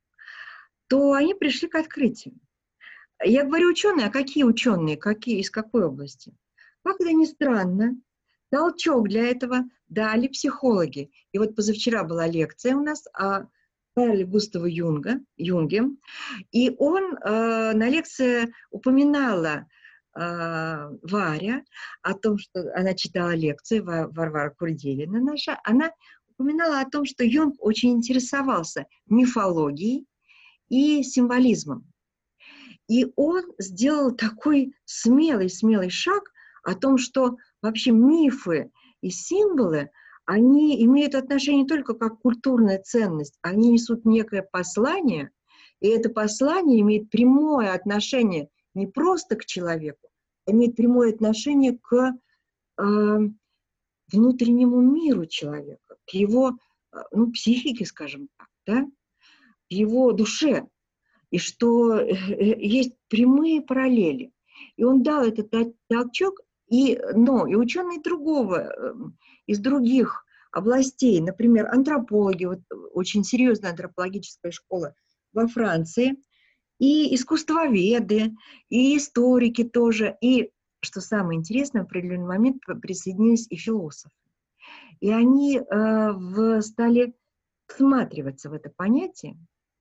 то они пришли к открытию. Я говорю ученые, а какие ученые, какие, из какой области? Как это ни странно, толчок для этого дали психологи. И вот позавчера была лекция у нас о Карле Густаве Юнга, Юнге, и он э, на лекции упоминала э, Варя о том, что она читала лекции, Варвара Курделина наша, она упоминала о том, что Юнг очень интересовался мифологией и символизмом. И он сделал такой смелый-смелый шаг о том, что вообще мифы и символы, они имеют отношение не только как культурная ценность, они несут некое послание, и это послание имеет прямое отношение не просто к человеку, а имеет прямое отношение к э, внутреннему миру человека, к его э, ну, психике, скажем так, да, к его душе. И что есть прямые параллели. И он дал этот толчок, и, но и ученые другого, из других областей, например, антропологи, вот очень серьезная антропологическая школа во Франции, и искусствоведы, и историки тоже, и, что самое интересное, в определенный момент присоединились и философы. И они э, в, стали всматриваться в это понятие.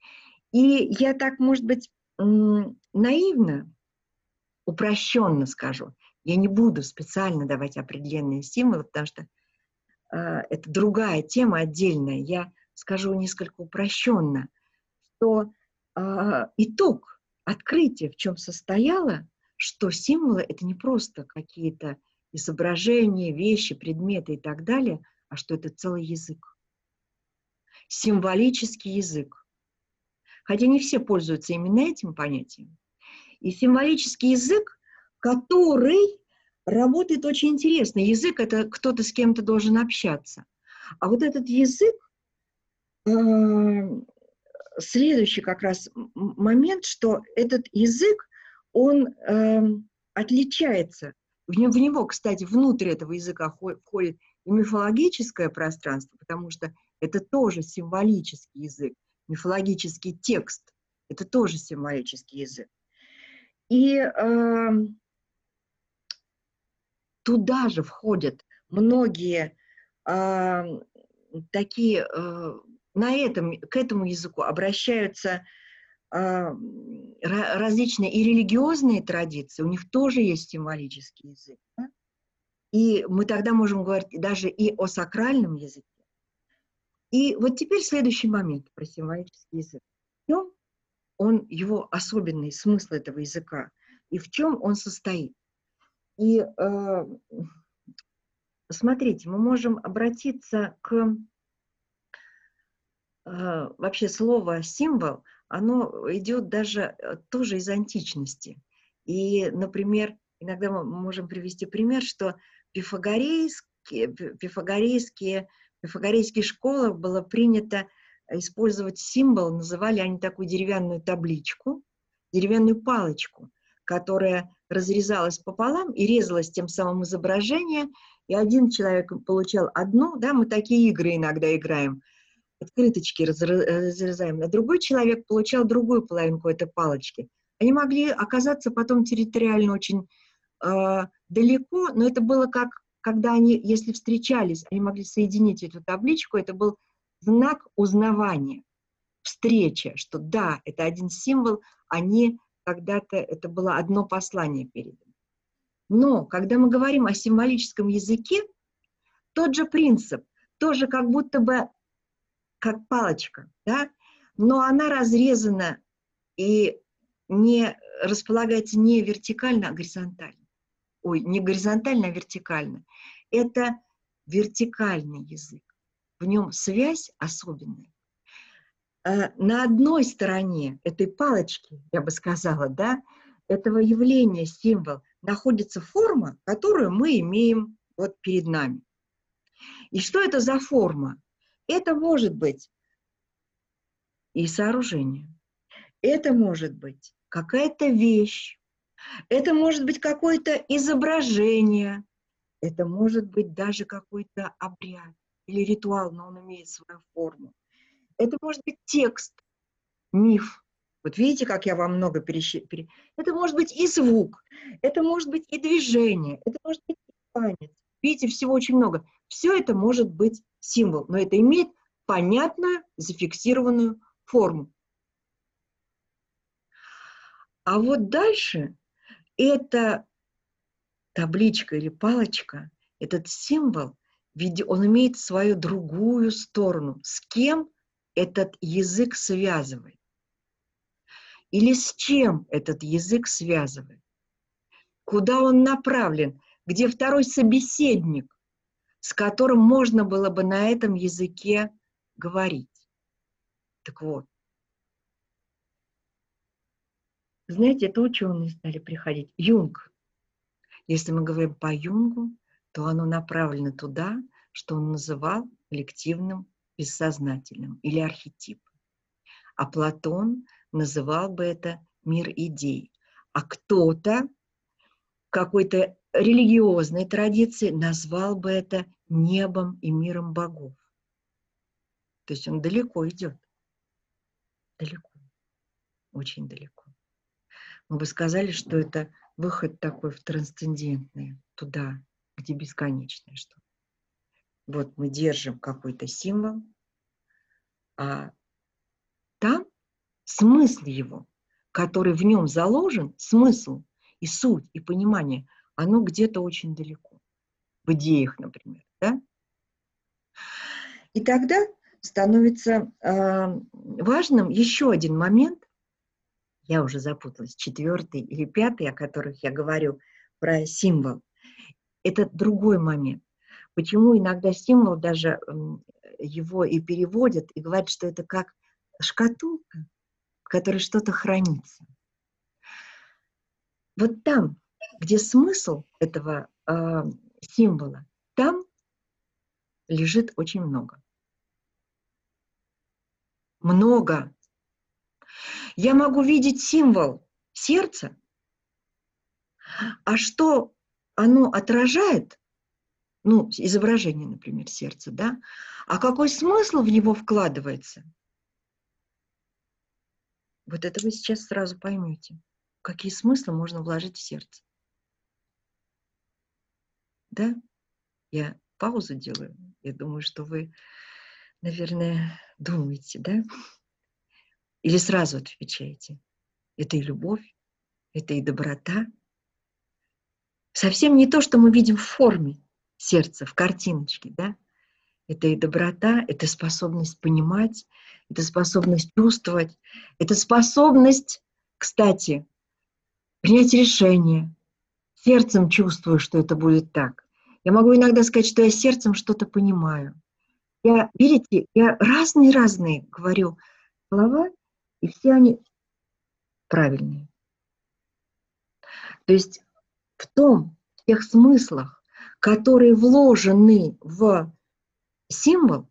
И я так, может быть, наивно, упрощенно скажу, я не буду специально давать определенные символы, потому что э, это другая тема отдельная. Я скажу несколько упрощенно, что э, итог, открытие в чем состояло, что символы — это не просто какие-то изображения, вещи, предметы и так далее, а что это целый язык. Символический язык. хотя не все пользуются именно этим понятием. И символический язык, который работает очень интересно. Язык — это кто-то с кем-то должен общаться. А вот этот язык, э, следующий как раз момент, что этот язык, он э, отличается. В него, в него, кстати, внутрь этого языка входит и мифологическое пространство, потому что это тоже символический язык, мифологический текст, это тоже символический язык. И э, туда же входят многие э, такие, э, на этом, к этому языку обращаются э, различные и религиозные традиции, у них тоже есть символический язык. Да? И мы тогда можем говорить даже и о сакральном языке. И вот теперь следующий момент про символический язык. В чем он, его особенный смысл этого языка, и в чем он состоит. И э, смотрите, мы можем обратиться к... Э, вообще слово «символ», оно идет даже тоже из античности. И, например, иногда мы можем привести пример, что пифагорейские, пифагорейские, пифагорейские школы было принято использовать символ, называли они такую деревянную табличку, деревянную палочку, которая разрезалась пополам и резалась тем самым изображение, и один человек получал одну, да, мы такие игры иногда играем, открыточки разрезаем, а другой человек получал другую половинку этой палочки. Они могли оказаться потом территориально очень э, далеко, но это было как, когда они, если встречались, они могли соединить эту табличку, это был знак узнавания, встреча, что да, это один символ, они когда-то, это было одно послание передано. Но когда мы говорим о символическом языке, тот же принцип, тоже как будто бы как палочка, да, но она разрезана и не располагается не вертикально, а горизонтально. Ой, не горизонтально, а вертикально. Это вертикальный язык. В нем связь особенная. На одной стороне этой палочки, я бы сказала, да, этого явления, символ, находится форма, которую мы имеем вот перед нами. И что это за форма? Это может быть и сооружение. Это может быть какая-то вещь. Это может быть какое-то изображение. Это может быть даже какой-то обряд или ритуал, но он имеет свою форму. Это может быть текст, миф. Вот видите, как я вам много пересчитала. Это может быть и звук, это может быть и движение, это может быть и танец. Видите, всего очень много. Все это может быть символ, но это имеет понятную, зафиксированную форму. А вот дальше эта табличка или палочка, этот символ, он имеет свою другую сторону. С кем этот язык связывает? Или с чем этот язык связывает? Куда он направлен? Где второй собеседник, с которым можно было бы на этом языке говорить? Так вот, знаете, это ученые стали приходить. Юнг. Если мы говорим по Юнгу, то оно направлено туда, что он называл коллективным бессознательным или архетипом. А Платон называл бы это мир идей. А кто-то какой-то религиозной традиции назвал бы это небом и миром богов. То есть он далеко идет. Далеко. Очень далеко. Мы бы сказали, что это выход такой в трансцендентный, туда, где бесконечное что-то. Вот мы держим какой-то символ, а там смысл его, который в нем заложен, смысл и суть, и понимание, оно где-то очень далеко. В идеях, например. Да? И тогда становится э, важным еще один момент, я уже запуталась, четвертый или пятый, о которых я говорю, про символ. Это другой момент. Почему иногда символ даже его и переводят, и говорят, что это как шкатулка, которой что-то хранится. Вот там, где смысл этого э, символа, там лежит очень много. Много. Я могу видеть символ сердца, а что оно отражает, ну, изображение, например, сердца, да, а какой смысл в него вкладывается, вот это вы сейчас сразу поймете, какие смыслы можно вложить в сердце. Да? Я паузу делаю. Я думаю, что вы, наверное, думаете, да? Или сразу отвечаете. Это и любовь, это и доброта. Совсем не то, что мы видим в форме сердца, в картиночке, да? Это и доброта, это способность понимать, это способность чувствовать, это способность, кстати, принять решение. Сердцем чувствую, что это будет так. Я могу иногда сказать, что я сердцем что-то понимаю. Я, видите, я разные-разные говорю слова, и все они правильные. То есть в том, в тех смыслах, которые вложены в символ,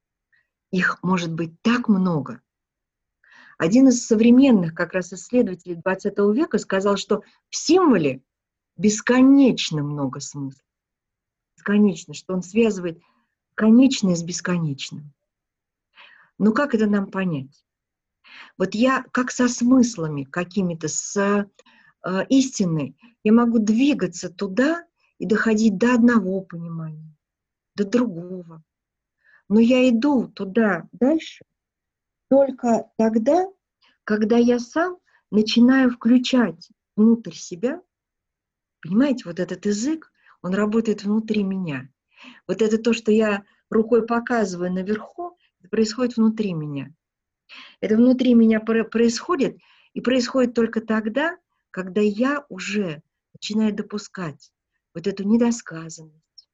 их может быть так много. Один из современных как раз исследователей двадцатого века сказал, что в символе бесконечно много смыслов. Бесконечно, что он связывает конечное с бесконечным. Но как это нам понять? Вот я как со смыслами какими-то, с э, истиной, я могу двигаться туда и доходить до одного понимания, до другого. Но я иду туда дальше только тогда, когда я сам начинаю включать внутрь себя. Понимаете, вот этот язык, он работает внутри меня. Вот это то, что я рукой показываю наверху, это происходит внутри меня. Это внутри меня происходит, и происходит только тогда, когда я уже начинаю допускать вот эту недосказанность,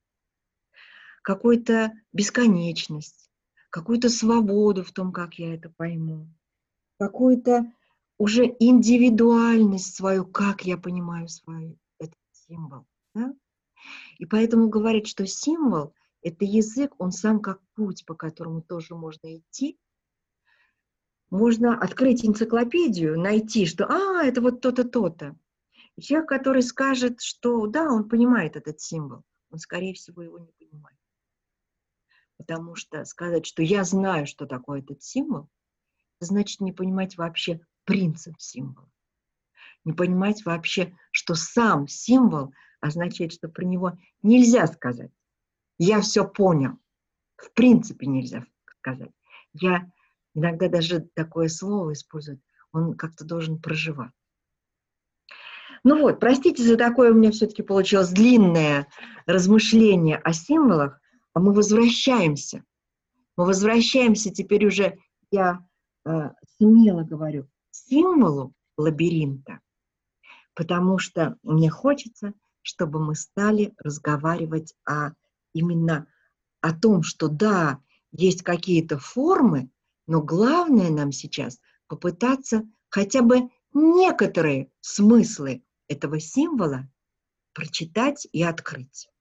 какую-то бесконечность, какую-то свободу в том, как я это пойму, какую-то уже индивидуальность свою, как я понимаю свой этот символ. Да? И поэтому говорят, что символ — это язык, он сам как путь, по которому тоже можно идти. Можно открыть энциклопедию, найти, что «а, это вот то-то, то-то». И человек, который скажет, что да, он понимает этот символ, он, скорее всего, его не понимает. Потому что сказать, что я знаю, что такое этот символ, это значит не понимать вообще принцип символа. Не понимать вообще, что сам символ означает, что про него нельзя сказать. Я все понял. В принципе нельзя сказать. Я иногда даже такое слово используют. Он как-то должен проживать. Ну вот, простите за такое, у меня все-таки получилось длинное размышление о символах, а мы возвращаемся. Мы возвращаемся теперь уже, я э, смело говорю, к символу лабиринта, потому что мне хочется, чтобы мы стали разговаривать о, именно о том, что да, есть какие-то формы, но главное нам сейчас попытаться хотя бы некоторые смыслы этого символа прочитать и открыть.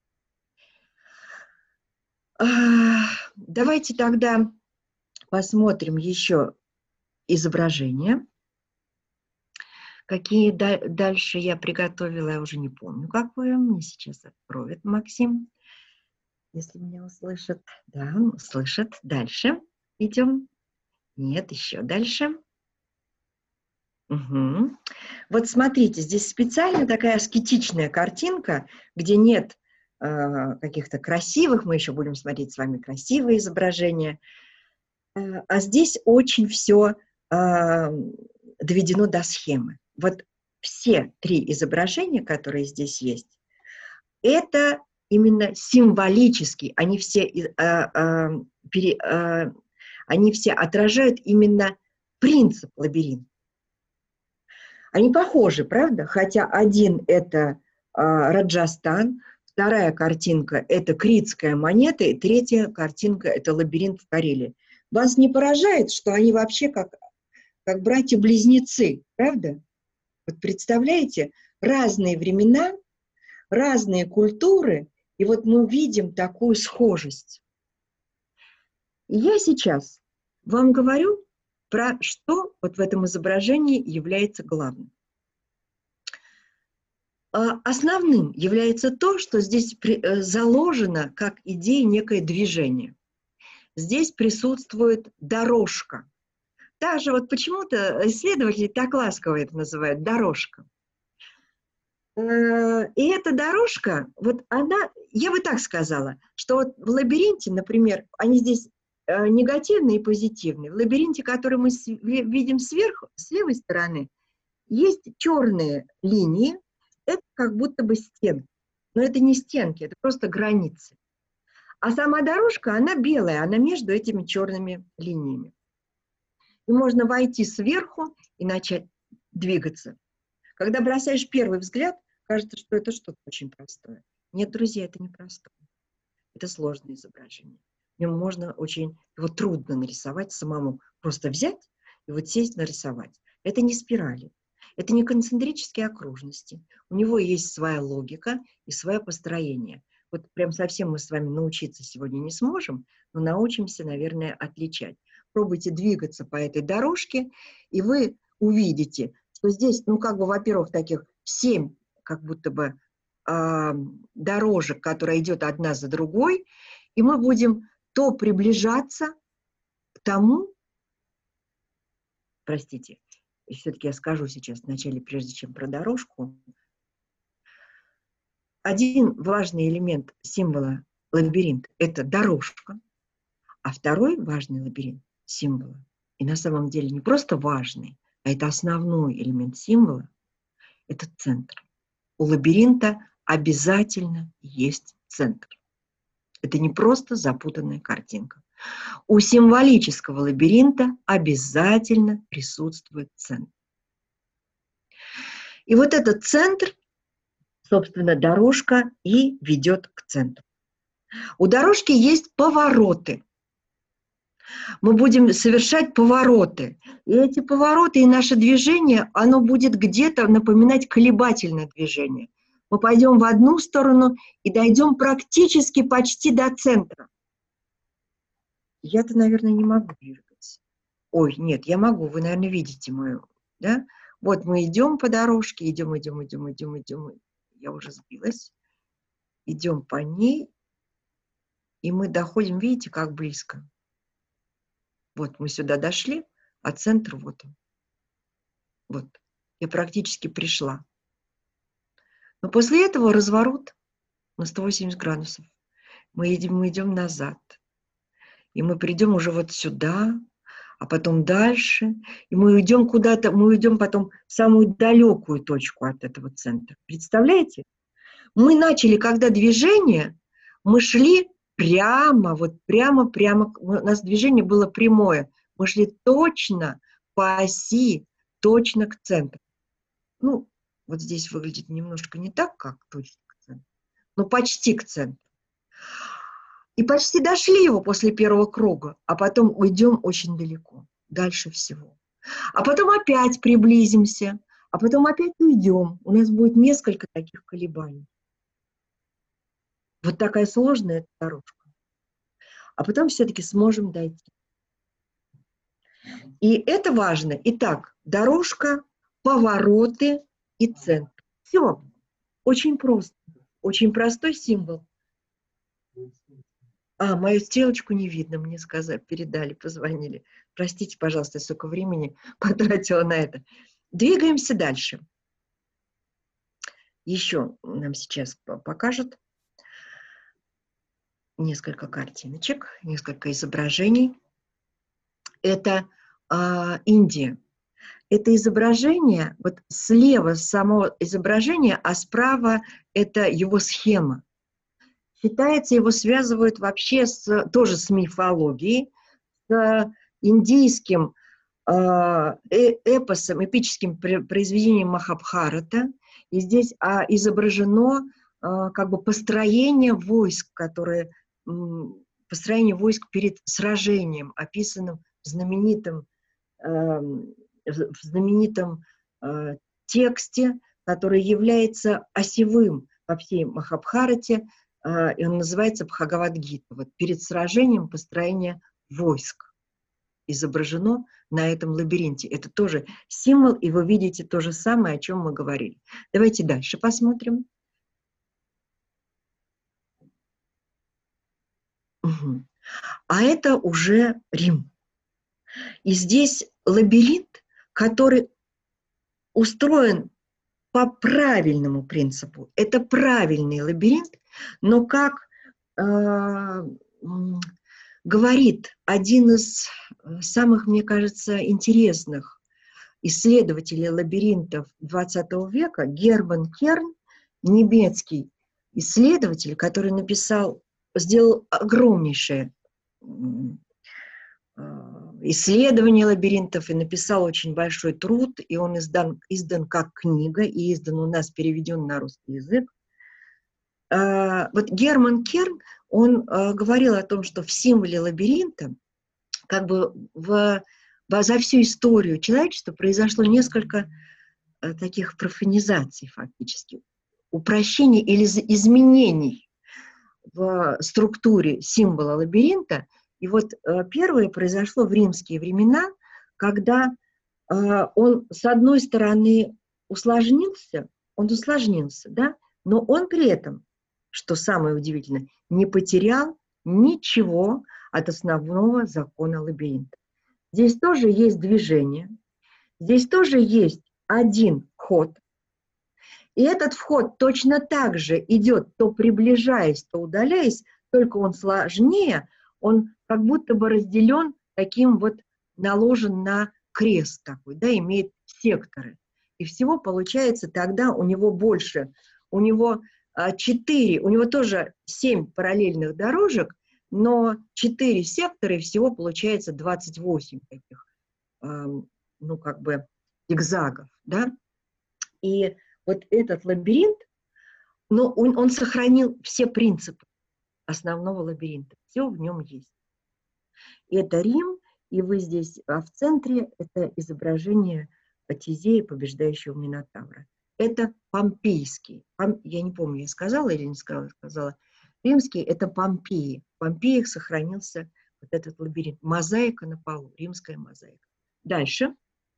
Давайте тогда посмотрим еще изображения. Какие дальше я приготовила, я уже не помню, какое. Мне сейчас откроет Максим, если меня услышит. Да, услышит. Дальше идем. Нет, еще дальше. Угу. Вот смотрите, здесь специально такая аскетичная картинка, где нет э, каких-то красивых, мы еще будем смотреть с вами красивые изображения, э, а здесь очень все э, доведено до схемы. Вот все три изображения, которые здесь есть, это именно символически, они все, э, э, пере, э, они все отражают именно принцип лабиринта. Они похожи, правда? Хотя один – это э, Раджастан, вторая картинка – это критская монета, и третья картинка – это лабиринт в Карелии. Вас не поражает, что они вообще как как братья-близнецы, правда? Вот представляете, разные времена, разные культуры, и вот мы видим такую схожесть. И я сейчас вам говорю про что вот в этом изображении является главным. Основным является то, что здесь заложено как идея некое движение. Здесь присутствует дорожка. Даже вот почему-то исследователи так ласково это называют дорожка. И эта дорожка, вот она, я бы так сказала, что вот в лабиринте, например, они здесь негативные и позитивные. В лабиринте, который мы видим сверху, с левой стороны, есть черные линии, это как будто бы стенки. Но это не стенки, это просто границы. А сама дорожка, она белая, она между этими черными линиями. И можно войти сверху и начать двигаться. Когда бросаешь первый взгляд, кажется, что это что-то очень простое. Нет, друзья, это не простое. Это сложное изображение. В нем можно очень, его трудно нарисовать самому. Просто взять и вот сесть нарисовать. Это не спирали. Это не концентрические окружности. У него есть своя логика и свое построение. Вот прям совсем мы с вами научиться сегодня не сможем, но научимся, наверное, отличать. Пробуйте двигаться по этой дорожке, и вы увидите, что здесь, ну, как бы, во-первых, таких семь, как будто бы, э, дорожек, которые идет одна за другой, и мы будем то приближаться к тому, простите, и все-таки я скажу сейчас вначале, прежде чем про дорожку. Один важный элемент символа лабиринта – это дорожка, а второй важный лабиринт символа, и на самом деле не просто важный, а это основной элемент символа – это центр. У лабиринта обязательно есть центр. Это не просто запутанная картинка. У символического лабиринта обязательно присутствует центр. И вот этот центр, собственно, дорожка и ведет к центру. У дорожки есть повороты. Мы будем совершать повороты. И эти повороты и наше движение, оно будет где-то напоминать колебательное движение. Мы пойдем в одну сторону и дойдем практически почти до центра. Я-то, наверное, не могу двигаться. Ой, нет, я могу, вы, наверное, видите мою, да? Вот мы идем по дорожке, идем, идем, идем, идем, идем. Я уже сбилась. Идем по ней, и мы доходим, видите, как близко. Вот мы сюда дошли, а центр вот он. Вот, я практически пришла. Но после этого разворот на сто восемьдесят градусов. Мы идем, мы идем назад. И мы придем уже вот сюда, а потом дальше. И мы уйдем куда-то, мы уйдем потом в самую далекую точку от этого центра. Представляете? Мы начали, когда движение, мы шли прямо, вот прямо-прямо, у нас движение было прямое. Мы шли точно по оси, точно к центру. Ну, вот здесь выглядит немножко не так, как точно к центру, но почти к центру. И почти дошли его после первого круга, а потом уйдем очень далеко, дальше всего. А потом опять приблизимся, а потом опять уйдем. У нас будет несколько таких колебаний. Вот такая сложная дорожка. А потом все-таки сможем дойти. И это важно. Итак, дорожка, повороты и центр. Все. Очень просто. Очень простой символ. А, мою стрелочку не видно, мне сказали, передали, позвонили. Простите, пожалуйста, я столько времени потратила на это. Двигаемся дальше. Еще нам сейчас покажут несколько картиночек, несколько изображений. Это а, Индия. Это изображение, вот слева само изображение, а справа это его схема. Считается, его связывают вообще с, тоже с мифологией, с индийским э, эпосом, эпическим произведением Махабхарата. И здесь а, изображено а, как бы построение войск, которые, м, построение войск перед сражением, описанным в знаменитом э, в знаменитом э, тексте, который является осевым по всей Махабхарате, э, и он называется Бхагавад-гита. Вот перед сражением построение войск изображено на этом лабиринте. Это тоже символ, и вы видите то же самое, о чем мы говорили. Давайте дальше посмотрим. Угу. А это уже Рим. И здесь лабиринт, который устроен по правильному принципу. Это правильный лабиринт, но как э, говорит один из самых, мне кажется, интересных исследователей лабиринтов двадцатого века, Герман Керн, немецкий исследователь, который написал, сделал огромнейшее исследование лабиринтов и написал очень большой труд, и он издан, издан как книга, и издан у нас, переведен на русский язык. Вот Герман Керн, он говорил о том, что в символе лабиринта, как бы в, за всю историю человечества произошло несколько таких профанизаций фактически, упрощений или изменений в структуре символа лабиринта. И вот э, первое произошло в римские времена, когда э, он, с одной стороны, усложнился, он усложнился, да, но он при этом, что самое удивительное, не потерял ничего от основного закона лабиринта. Здесь тоже есть движение, здесь тоже есть один ход, и этот вход точно так же идет, то приближаясь, то удаляясь, только он сложнее, он как будто бы разделен таким вот, наложен на крест такой, да, имеет секторы. И всего получается тогда у него больше, у него четыре, у него тоже семь параллельных дорожек, но четыре сектора, и всего получается двадцать восемь таких, ну, как бы, зигзагов, да. И вот этот лабиринт, но он, он сохранил все принципы основного лабиринта. Все в нем есть. И это Рим, и вы здесь, а в центре это изображение Тизея, побеждающего Минотавра. Это помпейский. Пом, я не помню, я сказала или не сказала, сказала. Римский – это Помпеи. В Помпеях сохранился вот этот лабиринт. Мозаика на полу, римская мозаика. Дальше.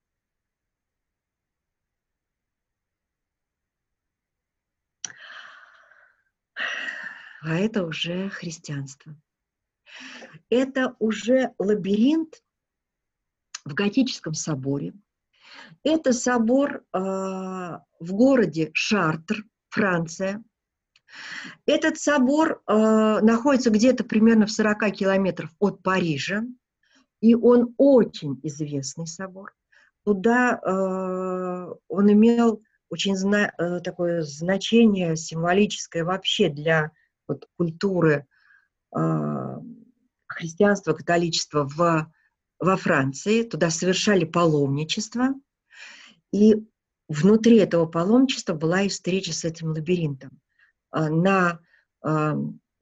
А это уже христианство. Это уже лабиринт в готическом соборе. Это собор э, в городе Шартр, Франция. Этот собор э, находится где-то примерно в сорока километрах от Парижа, и он очень известный собор. Туда э, он имел очень зна э, такое значение символическое вообще для вот, культуры э, христианства, католичества в, во Франции. Туда совершали паломничество. И внутри этого паломничества была и встреча с этим лабиринтом. На э,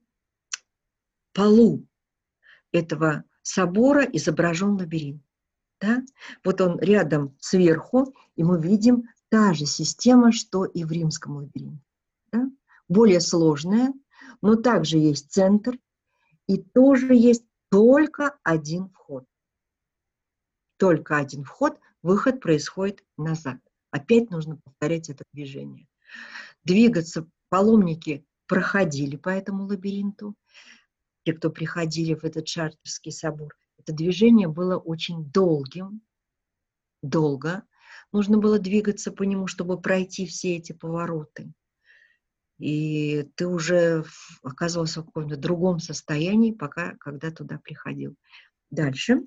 полу этого собора изображен лабиринт. Да? Вот он рядом сверху, и мы видим та же система, что и в римском лабиринте. Да? Более сложная, но также есть центр, и тоже есть только один вход. Только один вход, выход происходит назад. Опять нужно повторять это движение. Двигаться паломники проходили по этому лабиринту. Те, кто приходили в этот Шартрский собор, это движение было очень долгим, долго. Нужно было двигаться по нему, чтобы пройти все эти повороты. И ты уже оказывался в каком-то другом состоянии, пока, когда туда приходил. Дальше.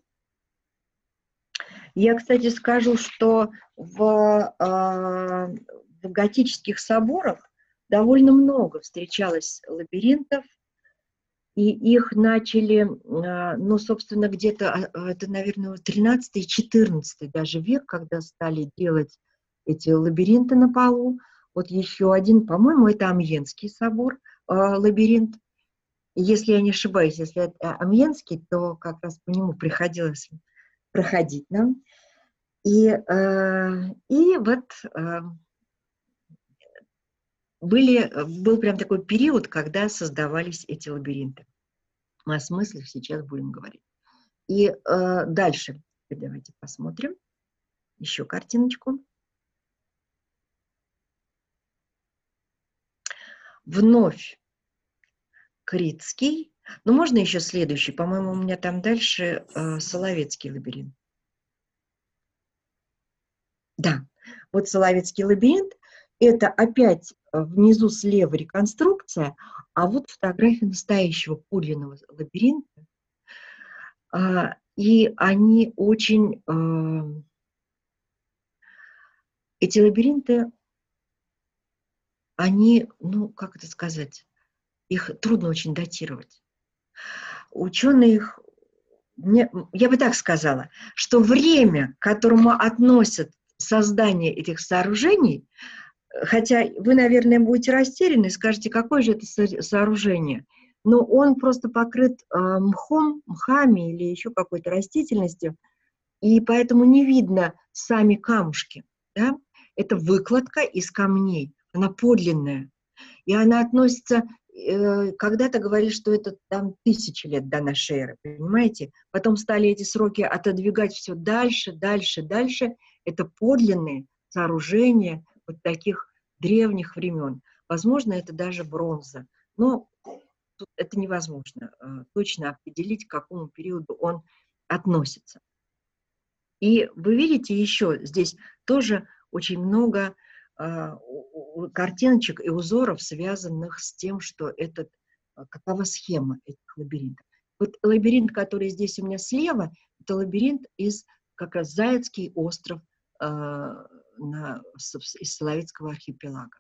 Я, кстати, скажу, что в, в готических соборах довольно много встречалось лабиринтов, и их начали, ну, собственно, где-то, это, наверное, тринадцатый-четырнадцатый даже век, когда стали делать эти лабиринты на полу. Вот еще один, по-моему, это Амьенский собор, лабиринт. Если я не ошибаюсь, если это Амьенский, то как раз по нему приходилось проходить нам. И, э, и вот э, были, был прям такой период, когда создавались эти лабиринты. Мы о смыслах сейчас будем говорить. И э, дальше давайте посмотрим еще картиночку. Вновь Критский. Ну, можно еще следующий? По-моему, у меня там дальше э, Соловецкий лабиринт. Да, вот Соловецкий лабиринт. Это опять внизу слева реконструкция, а вот фотография настоящего подлинного лабиринта. А, и они очень... Э, эти лабиринты, они, ну, как это сказать, их трудно очень датировать. Ученые их... Мне, я бы так сказала, что время, к которому относят создание этих сооружений, хотя вы, наверное, будете растеряны и скажете, какое же это сооружение, но он просто покрыт э, мхом, мхами или еще какой-то растительностью, и поэтому не видно сами камушки. Да? Это выкладка из камней, она подлинная, и она относится... Когда-то говорили, что это там тысячи лет до нашей эры, понимаете? Потом стали эти сроки отодвигать все дальше, дальше, дальше. Это подлинные сооружения вот таких древних времен. Возможно, это даже бронза. Но это невозможно точно определить, к какому периоду он относится. И вы видите еще здесь тоже очень много картиночек и узоров, связанных с тем, что это какова схема этих лабиринтов. Вот лабиринт, который здесь у меня слева, это лабиринт из как раз Заяцкий остров э, на, из Соловецкого архипелага.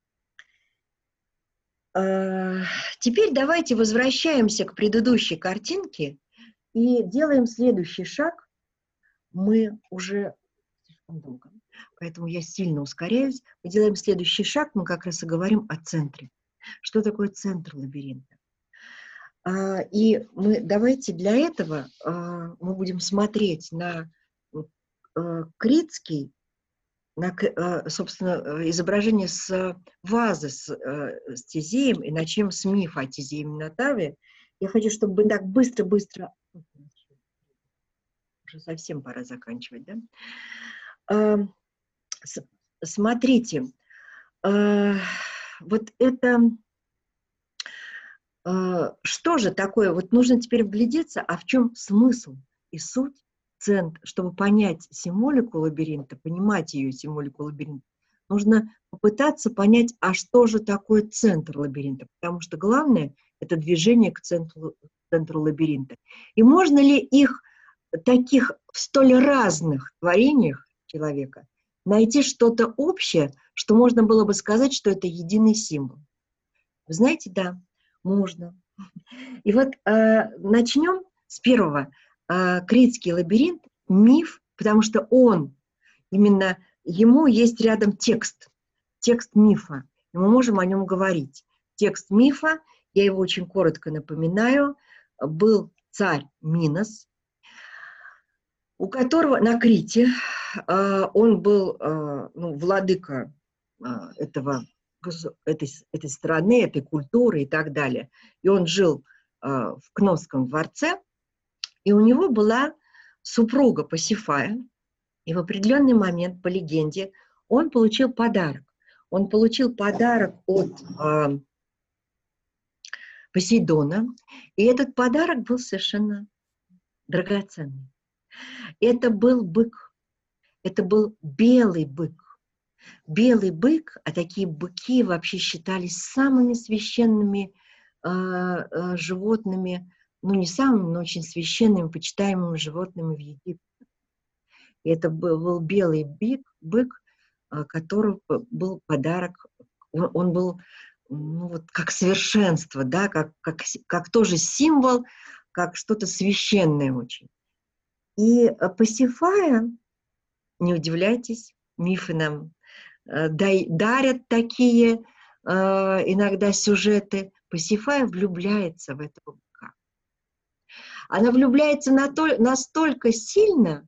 Э, теперь давайте возвращаемся к предыдущей картинке и делаем следующий шаг. Мы уже слишком долго. Поэтому я сильно ускоряюсь. Мы делаем следующий шаг, мы как раз и говорим о центре. Что такое центр лабиринта? А, и мы давайте для этого а, мы будем смотреть на а, Критский, на, а, собственно, изображение с вазы с, а, с Тезеем, и начнем с мифа о Тезее и Минотавре. Я хочу, чтобы так быстро-быстро... Уже совсем пора заканчивать, да? А, Смотрите, э, вот это, э, что же такое, вот нужно теперь вглядеться, а в чем смысл и суть, центр, чтобы понять символику лабиринта, понимать ее символику лабиринта, нужно попытаться понять, а что же такое центр лабиринта, потому что главное – это движение к центру, к центру лабиринта. И можно ли их, таких в столь разных творениях человека, найти что-то общее, что можно было бы сказать, что это единый символ? Вы знаете, да, можно. И вот э, начнем с первого. Э, Критский лабиринт, миф, потому что он, именно ему есть рядом текст, текст мифа, и мы можем о нем говорить. Текст мифа, я его очень коротко напоминаю, был царь Минос, у которого на Крите э, он был э, ну, владыка э, этого, этой, этой страны, этой культуры и так далее. И он жил э, в Кносском дворце, и у него была супруга Пасифая, и в определенный момент, по легенде, он получил подарок. Он получил подарок от э, Посейдона, и этот подарок был совершенно драгоценный. Это был бык. Это был белый бык. Белый бык, а такие быки вообще считались самыми священными э, э, животными, ну не самыми, но очень священными, почитаемыми животными в Египте. И это был, был белый бык, бык, э, которого был подарок, он, он был ну, вот, как совершенство, да, как, как, как тоже символ, как что-то священное очень. И Пасифая, не удивляйтесь, мифы нам э, дарят такие э, иногда сюжеты. Пасифая влюбляется в этого быка. Она влюбляется на то, настолько сильно,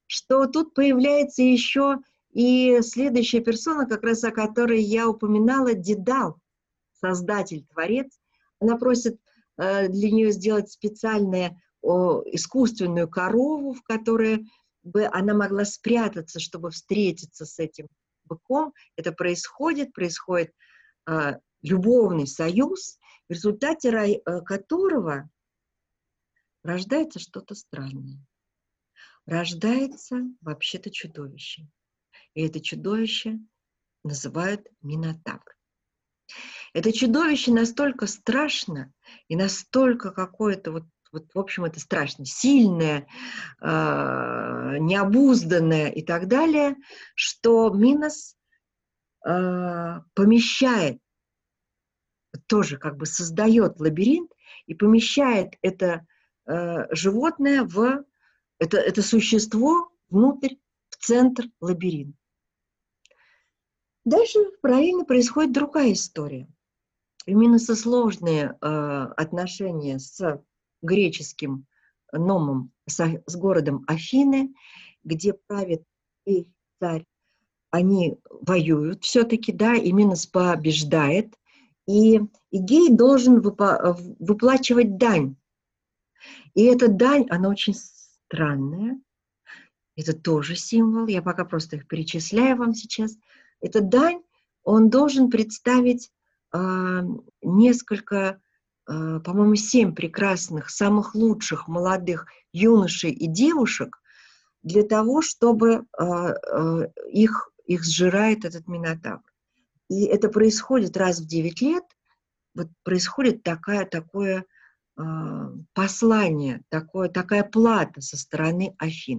что тут появляется еще и следующая персона, как раз о которой я упоминала, Дедал, создатель, творец. Она просит э, для нее сделать специальную о, искусственную корову, в которой бы она могла спрятаться, чтобы встретиться с этим быком. Это происходит, происходит э, любовный союз, в результате э, которого рождается что-то странное. Рождается вообще-то чудовище. И это чудовище называют Минотавр. Это чудовище настолько страшно и настолько какое-то, вот, вот, в общем, это страшно, сильное, э, необузданное и так далее, что Минос э, помещает, тоже как бы создает лабиринт и помещает это э, животное в, это, это существо внутрь, в центр лабиринта. Дальше параллельно происходит другая история. Именно со сложные э, отношения с греческим номом, с, с городом Афины, где правит и царь, они воюют все-таки, да, и Минос побеждает, и Игей должен выпа- выплачивать дань. И эта дань, она очень странная, это тоже символ, я пока просто их перечисляю вам сейчас. Эта дань, он должен представить э, несколько, э, по-моему, семь прекрасных, самых лучших молодых юношей и девушек для того, чтобы э, э, их, их сжирает этот Минотавр. И это происходит раз в девять лет, вот происходит такая, такое э, послание, такое, такая плата со стороны Афин.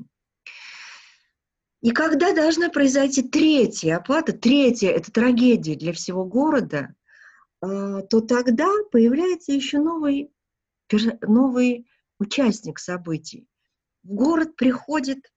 И когда должна произойти третья оплата, третья – это трагедия для всего города, то тогда появляется еще новый, новый участник событий. В город приходит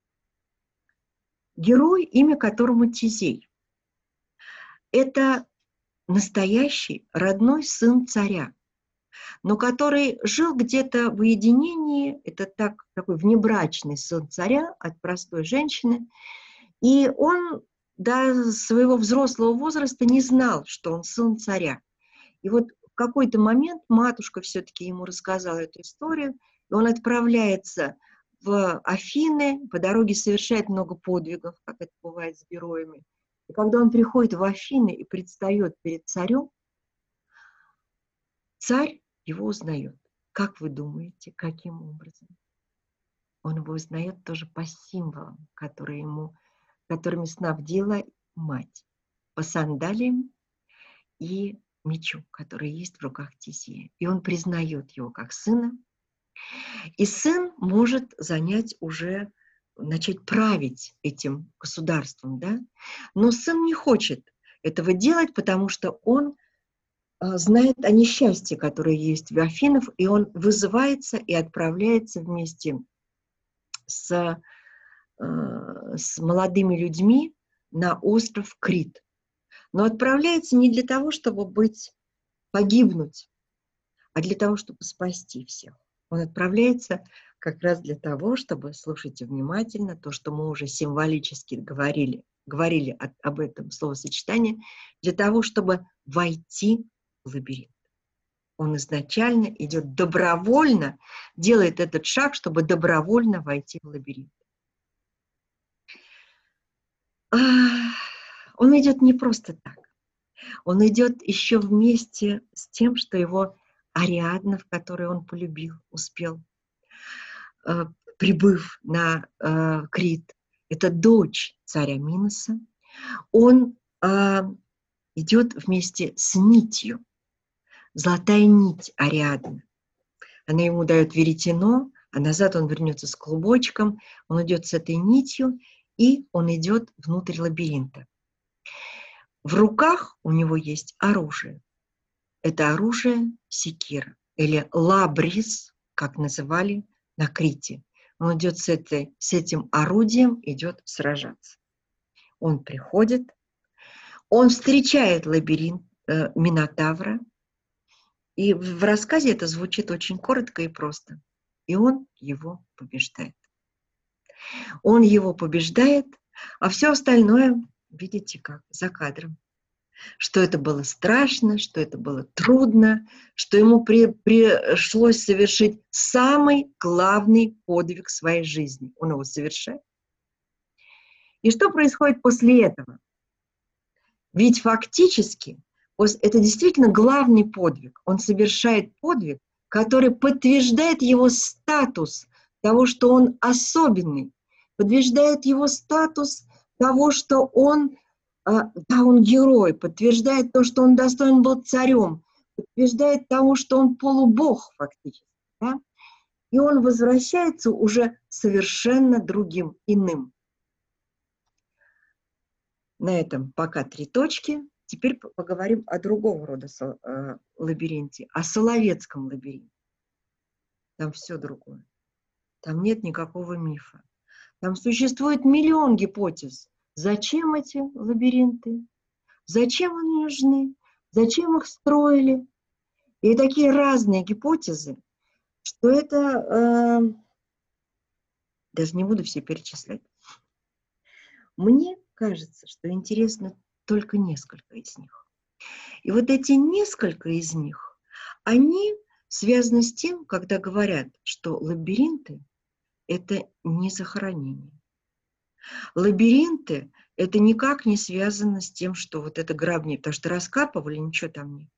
герой, имя которому Тизей. Это настоящий родной сын царя, но который жил где-то в уединении, это так, такой внебрачный сын царя от простой женщины, и он до своего взрослого возраста не знал, что он сын царя. И вот в какой-то момент матушка все-таки ему рассказала эту историю, и он отправляется в Афины, по дороге совершает много подвигов, как это бывает с героями. И когда он приходит в Афины и предстает перед царем, царь его узнает. Как вы думаете, каким образом? Он его узнает тоже по символам, которые ему, которыми снабдила мать, по сандалиям и мечу, который есть в руках Тизея. И он признает его как сына. И сын может занять уже, начать править этим государством, да? Но сын не хочет этого делать, потому что он знает о несчастье, которое есть в Афинах, и он вызывается и отправляется вместе с, с молодыми людьми на остров Крит. Но отправляется не для того, чтобы быть, погибнуть, а для того, чтобы спасти всех. Он отправляется как раз для того, чтобы, слушайте внимательно, то, что мы уже символически говорили, говорили от, об этом словосочетании, для того, чтобы войти в лабиринт. Он изначально идет добровольно, делает этот шаг, чтобы добровольно войти в лабиринт. Он идет не просто так. Он идет еще вместе с тем, что его Ариадна, в которой он полюбил, успел, э, прибыв на э, Крит, это дочь царя Миноса, он э, идет вместе с нитью, золотая нить Ариадны. Она ему дает веретено, а назад он вернется с клубочком, он идет с этой нитью, и он идет внутрь лабиринта. В руках у него есть оружие. Это оружие секира, или лабрис, как называли на Крите. Он идет с, этой, с этим орудием, идет сражаться. Он приходит, он встречает лабиринт э, Минотавра, и в рассказе это звучит очень коротко и просто. И он его побеждает. Он его побеждает, а все остальное, видите как, за кадром. Что это было страшно, что это было трудно, что ему при, пришлось совершить самый главный подвиг своей жизни. Он его совершает. И что происходит после этого? Ведь фактически это действительно главный подвиг. Он совершает подвиг, который подтверждает его статус того, что он особенный, подтверждает его статус того, что он, да, он герой, подтверждает то, что он достоин был царем, подтверждает того, что он полубог фактически. Да? И он возвращается уже совершенно другим, иным. На этом пока три точки. Теперь поговорим о другого рода лабиринте, о Соловецком лабиринте. Там все другое. Там нет никакого мифа. Там существует миллион гипотез. Зачем эти лабиринты? Зачем они нужны? Зачем их строили? И такие разные гипотезы, что это... Э, даже не буду все перечислять. Мне кажется, что интересно только несколько из них. И вот эти несколько из них, они связаны с тем, когда говорят, что лабиринты – это не захоронение. Лабиринты – это никак не связано с тем, что вот это гробница, потому что раскапывали, ничего там нет.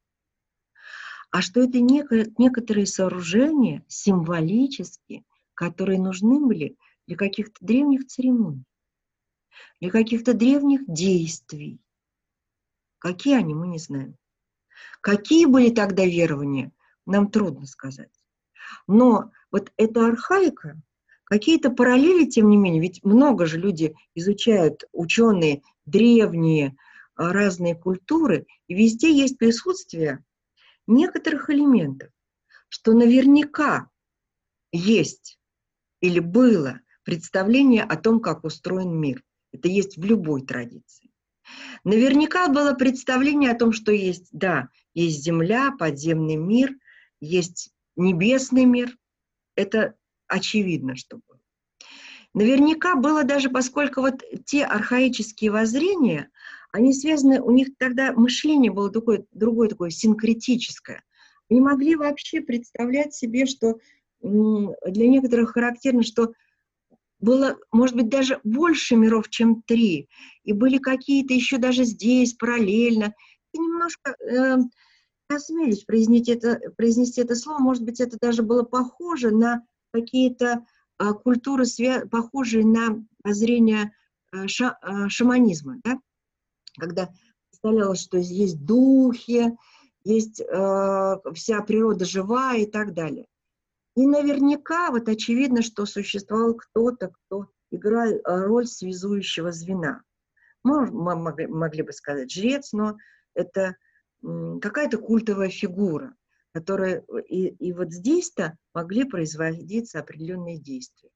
А что это некоторые сооружения символические, которые нужны были для каких-то древних церемоний, для каких-то древних действий. Какие они, мы не знаем. Какие были тогда верования, нам трудно сказать. Но вот эта архаика, какие-то параллели, тем не менее, ведь много же люди изучают, ученые, древние, разные культуры, и везде есть присутствие некоторых элементов, что наверняка есть или было представление о том, как устроен мир. Это есть в любой традиции. Наверняка было представление о том, что есть, да, есть земля, подземный мир, есть небесный мир. Это очевидно, что было. Наверняка было даже, поскольку вот те архаические воззрения, они связаны, у них тогда мышление было такое, другое такое синкретическое. Они могли вообще представлять себе, что для некоторых характерно, что было, может быть, даже больше миров, чем три, и были какие-то еще даже здесь параллельно. И немножко, э, осмелюсь произнести это, произнести это слово, может быть, это даже было похоже на какие-то э, культуры, свя- похожие на зрение э, ша- э, шаманизма, да? Когда представлялось, что есть духи, есть э, вся природа живая и так далее. И наверняка вот очевидно, что существовал кто-то, кто играет роль связующего звена. Мы могли, могли бы сказать жрец, но это какая-то культовая фигура, которая... И, и вот здесь-то могли производиться определенные действия.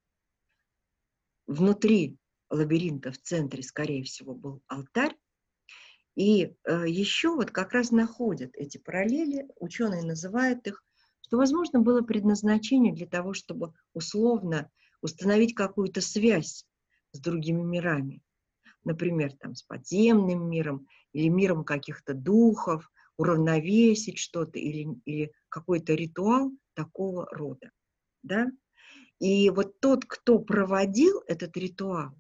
Внутри лабиринта, в центре, скорее всего, был алтарь. И э, еще вот как раз находят эти параллели, ученые называют их, что, возможно, было предназначение для того, чтобы условно установить какую-то связь с другими мирами. Например, там, с подземным миром или миром каких-то духов, уравновесить что-то или, или какой-то ритуал такого рода. Да? И вот тот, кто проводил этот ритуал,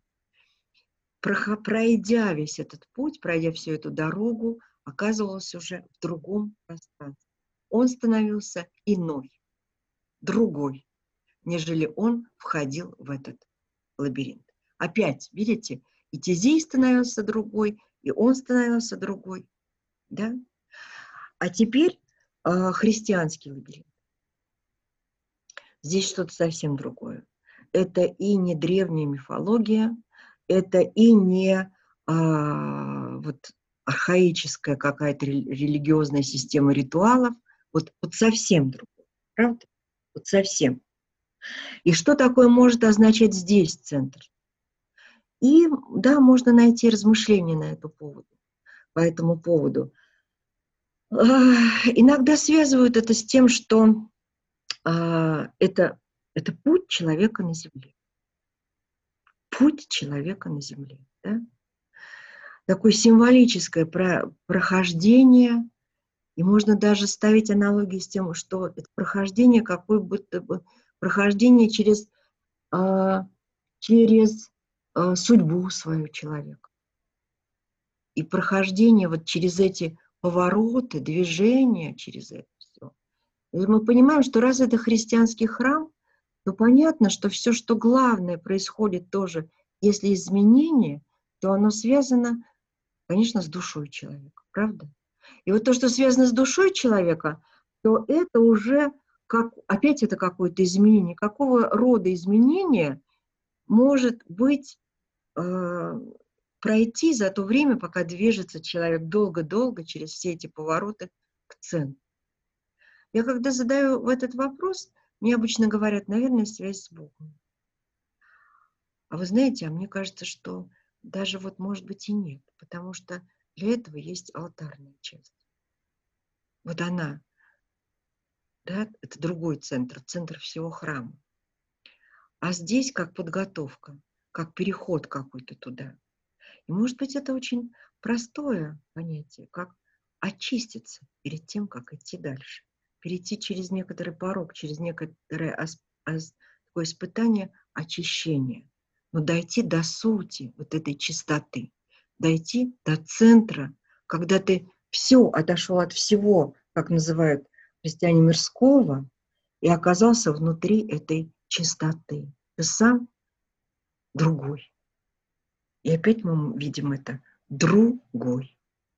пройдя весь этот путь, пройдя всю эту дорогу, оказывался уже в другом пространстве. Он становился иной, другой, нежели он входил в этот лабиринт. Опять, видите, и Тезей становился другой, и он становился другой. Да? А теперь э, христианский лабиринт. Здесь что-то совсем другое. Это и не древняя мифология, это и не а, вот, архаическая какая-то религиозная система ритуалов, вот, вот совсем другое, правда? Вот совсем. И что такое может означать здесь центр? И да, можно найти размышления на эту поводу, по этому поводу. А, иногда связывают это с тем, что а, это, это путь человека на земле. путь человека на земле. Да? Такое символическое про прохождение, и можно даже ставить аналогии с тем, что это прохождение, какое будто бы прохождение через, э, через э, судьбу свою человека. И прохождение вот через эти повороты, движения через это все. И мы понимаем, что раз это христианский храм, то понятно, что все, что главное происходит тоже, если изменение, то оно связано, конечно, с душой человека, правда? И вот то, что связано с душой человека, то это уже, как, опять это какое-то изменение. Какого рода изменение может быть, э, пройти за то время, пока движется человек долго-долго через все эти повороты к центру? Я когда задаю этот вопрос, мне обычно говорят, наверное, связь с Богом. А вы знаете, а мне кажется, что даже вот может быть и нет, потому что для этого есть алтарная часть. Вот она, да, это другой центр, центр всего храма. А здесь как подготовка, как переход какой-то туда. И может быть это очень простое понятие, как очиститься перед тем, как идти дальше. Перейти через некоторый порог, через некоторое ас- ас- такое испытание очищения. Но дойти до сути вот этой чистоты, дойти до центра, когда ты все отошел от всего, как называют христиане, мирского, и оказался внутри этой чистоты. Ты сам другой. И опять мы видим это другой.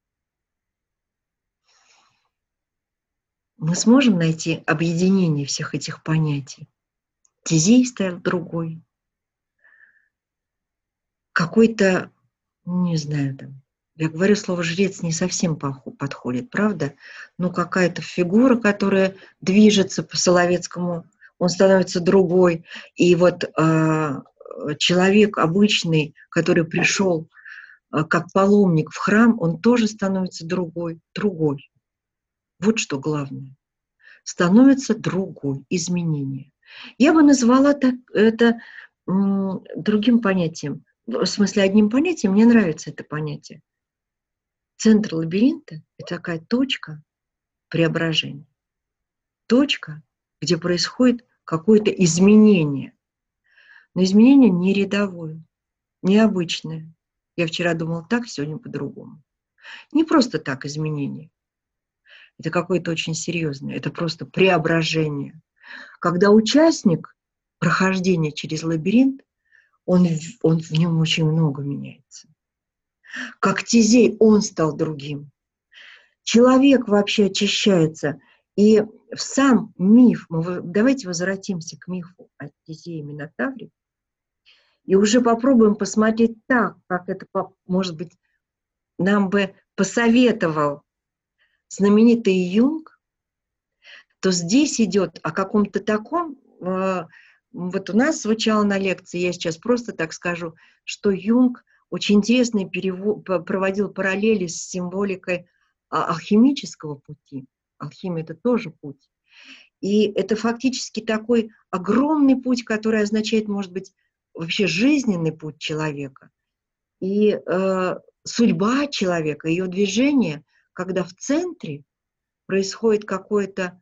Мы сможем найти объединение всех этих понятий. Тизей стал другой. Какой-то, не знаю, там, я говорю, слово жрец не совсем подходит, правда? Но какая-то фигура, которая движется по Соловецкому, он становится другой. И вот э, человек обычный, который пришел э, как паломник в храм, он тоже становится другой, другой. Вот что главное. Становится другой, изменение. Я бы назвала так, это м, другим понятием. В смысле, одним понятием, мне нравится это понятие. Центр лабиринта – это такая точка преображения. Точка, где происходит какое-то изменение. Но изменение не рядовое, необычное. Я вчера думала так, сегодня по-другому. Не просто так изменение. Это какое-то очень серьезное. Это просто преображение. Когда участник прохождения через лабиринт, он, он в нем очень много меняется. Как Тизей, он стал другим. Человек вообще очищается. И в сам миф, мы, давайте возвратимся к мифу о Тизее и Минотавре, и уже попробуем посмотреть так, как это, может быть, нам бы посоветовал знаменитый Юнг, то здесь идет о каком-то таком, э, вот у нас звучало на лекции, я сейчас просто так скажу, что Юнг очень интересно перевод, проводил параллели с символикой алхимического пути. Алхимия – это тоже путь. И это фактически такой огромный путь, который означает, может быть, вообще жизненный путь человека. И э, судьба человека, ее движение, когда в центре происходит какое-то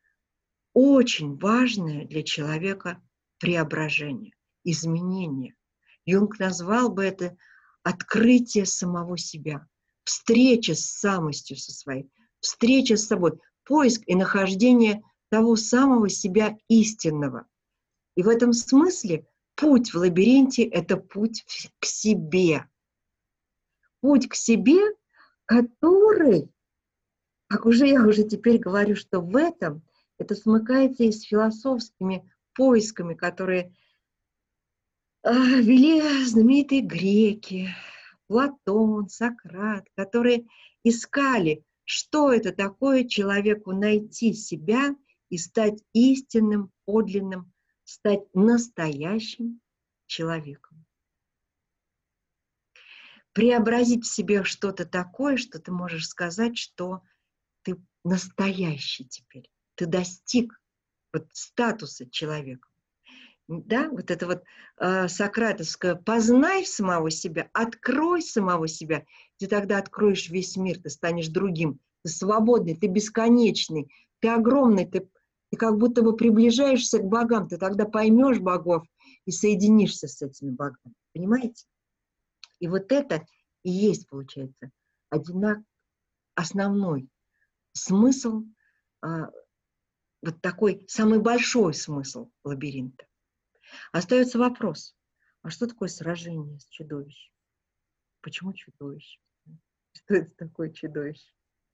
очень важное для человека преображение, изменение. Юнг назвал бы это открытие самого себя, встреча с самостью со своей, встреча с собой, поиск и нахождение того самого себя истинного. И в этом смысле путь в лабиринте – это путь к себе. Путь к себе, который, как уже я уже теперь говорю, что в этом это смыкается и с философскими поисками, которые э, вели знаменитые греки, Платон, Сократ, которые искали, что это такое человеку найти себя и стать истинным, подлинным, стать настоящим человеком. Преобразить в себе что-то такое, что ты можешь сказать, что ты настоящий теперь, ты достиг вот статуса человека. Да, вот это вот э, сократовское «познай самого себя, открой самого себя», ты тогда откроешь весь мир, ты станешь другим, ты свободный, ты бесконечный, ты огромный, ты, ты как будто бы приближаешься к богам, ты тогда поймешь богов и соединишься с этими богами, понимаете? И вот это и есть, получается, одинак, основной смысл, э, вот такой самый большой смысл лабиринта. Остается вопрос, а что такое сражение с чудовищем? Почему чудовище? Что это такое чудовище?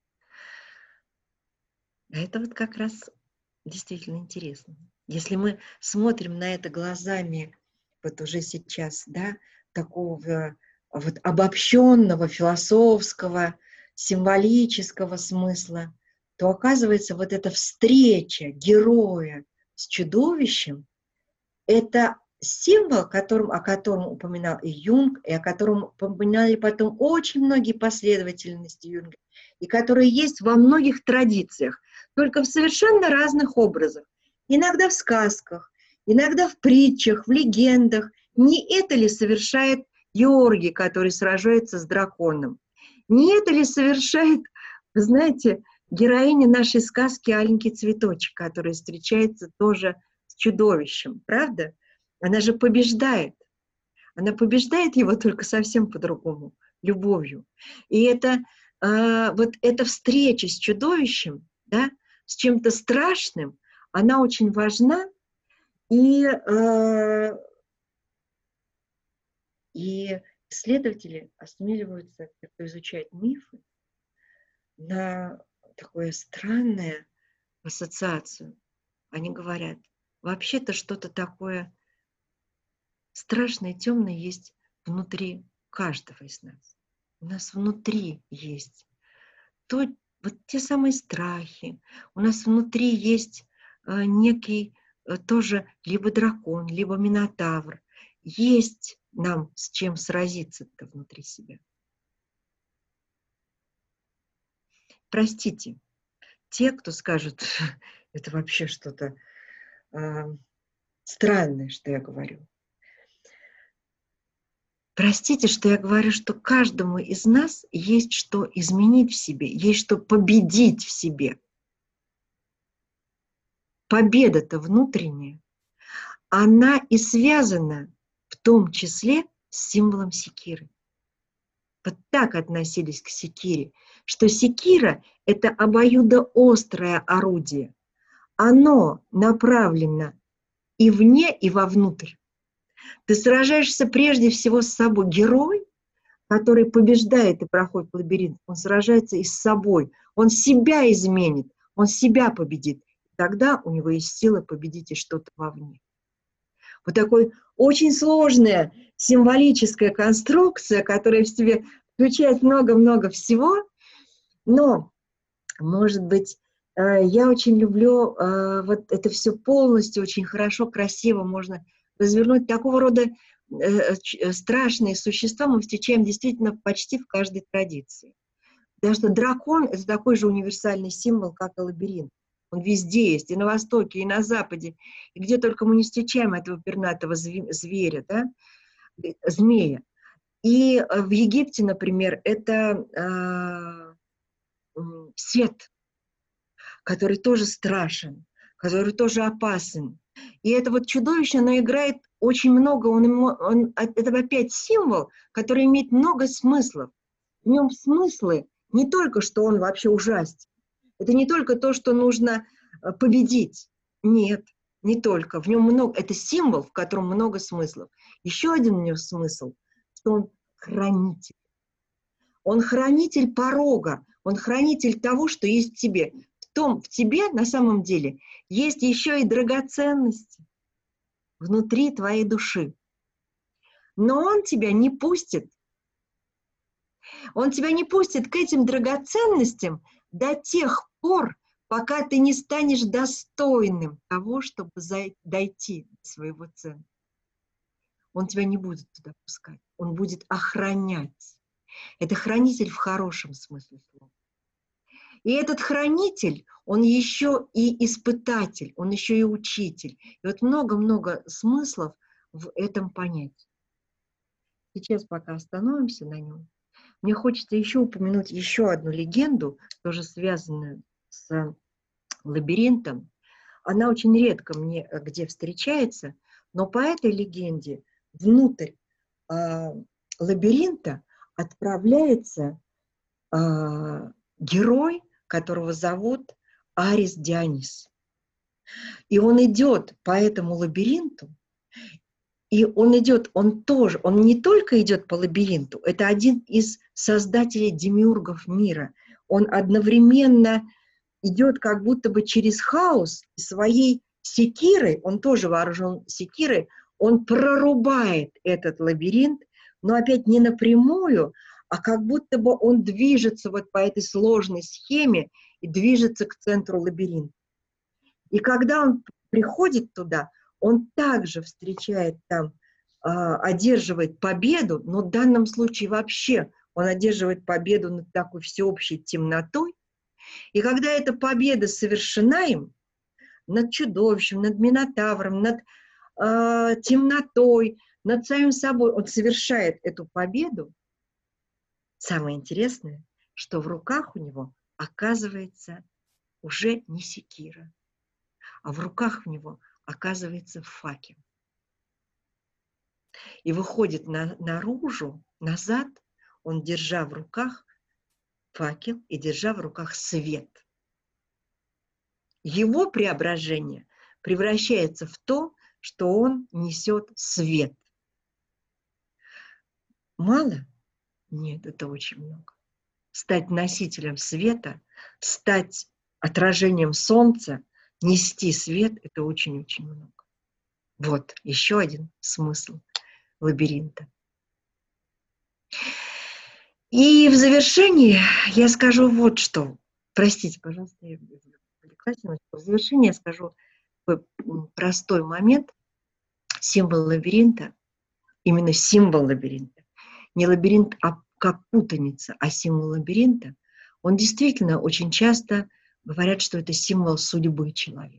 А это вот как раз действительно интересно. Если мы смотрим на это глазами вот уже сейчас, да, такого вот обобщенного философского, символического смысла, то оказывается вот эта встреча героя с чудовищем — это символ, которым, о котором упоминал и Юнг, и о котором упоминали потом очень многие последовательности Юнга, и которые есть во многих традициях, только в совершенно разных образах. Иногда в сказках, иногда в притчах, в легендах. Не это ли совершает Георгий, который сражается с драконом? Не это ли совершает, вы знаете, героиня нашей сказки «Аленький цветочек», которая встречается тоже с чудовищем, правда? Она же побеждает. Она побеждает его только совсем по-другому, любовью. И это э, вот эта встреча с чудовищем, да, с чем-то страшным, она очень важна. И, э, и исследователи осмеливаются изучать мифы на такое странное ассоциацию. Они говорят, вообще-то что-то такое страшное, темное есть внутри каждого из нас. У нас внутри есть то, вот те самые страхи. У нас внутри есть э, некий э, тоже либо дракон, либо минотавр. Есть нам с чем сразиться-то внутри себя. Простите, те, кто скажет, это вообще что-то э, странное, что я говорю. Простите, что я говорю, что каждому из нас есть что изменить в себе, есть что победить в себе. Победа-то внутренняя, она и связана в том числе с символом секиры. Вот так относились к секире, что секира – это обоюдоострое орудие. Оно направлено и вне, и вовнутрь. Ты сражаешься прежде всего с собой. Герой, который побеждает и проходит лабиринт, он сражается и с собой. Он себя изменит, он себя победит. Тогда у него есть сила победить и что-то вовне. Вот такой очень сложная символическая конструкция, которая в себе включает много-много всего. Но, может быть, я очень люблю вот это все полностью, очень хорошо, красиво можно развернуть. Такого рода страшные существа мы встречаем действительно почти в каждой традиции. Потому что дракон – это такой же универсальный символ, как и лабиринт. Он везде есть, и на Востоке, и на Западе, и где только мы не встречаем этого пернатого зверя, да, змея. И в Египте, например, это э, свет, который тоже страшен, который тоже опасен. И это вот чудовище, оно играет очень много, он, он, это опять символ, который имеет много смыслов. В нем смыслы не только, что он вообще ужасен, это не только то, что нужно победить. Нет, не только. В нем много, это символ, в котором много смыслов. Еще один у него смысл, что он хранитель. Он хранитель порога, он хранитель того, что есть в тебе. В том, в тебе на самом деле есть еще и драгоценности внутри твоей души. Но он тебя не пустит. Он тебя не пустит к этим драгоценностям до тех пор, пока ты не станешь достойным того, чтобы дойти до своего центра. Он тебя не будет туда пускать. Он будет охранять. Это хранитель в хорошем смысле слова. И этот хранитель, он еще и испытатель, он еще и учитель. И вот много-много смыслов в этом понятии. Сейчас пока остановимся на нем. Мне хочется еще упомянуть еще одну легенду, тоже связанную с лабиринтом. Она очень редко мне где встречается, но по этой легенде внутрь э, лабиринта отправляется э, герой, которого зовут Арис Дионис. И он идет по этому лабиринту, и он идет, он тоже, он не только идет по лабиринту, это один из создателей демиургов мира. Он одновременно идет как будто бы через хаос своей секирой, он тоже вооружен секирой, он прорубает этот лабиринт, но опять не напрямую, а как будто бы он движется вот по этой сложной схеме и движется к центру лабиринта. И когда он приходит туда, он также встречает там, э, одерживает победу, но в данном случае вообще он одерживает победу над такой всеобщей темнотой. И когда эта победа совершена им над чудовищем, над Минотавром, над э, темнотой, над самим собой, он совершает эту победу, самое интересное, что в руках у него оказывается уже не секира, а в руках у него оказывается факел. И выходит на, наружу, назад, он, держа в руках факел и держа в руках свет. Его преображение превращается в то, что он несет свет. Мало? Нет, это очень много. Стать носителем света, стать отражением солнца, нести свет – это очень-очень много. Вот еще один смысл лабиринта. И в завершении я скажу вот что. Простите, пожалуйста, я увлеклась. В завершение я скажу простой момент. Символ лабиринта, именно символ лабиринта, не лабиринт, а как путаница, а символ лабиринта, он действительно очень часто говорят, что это символ судьбы человека.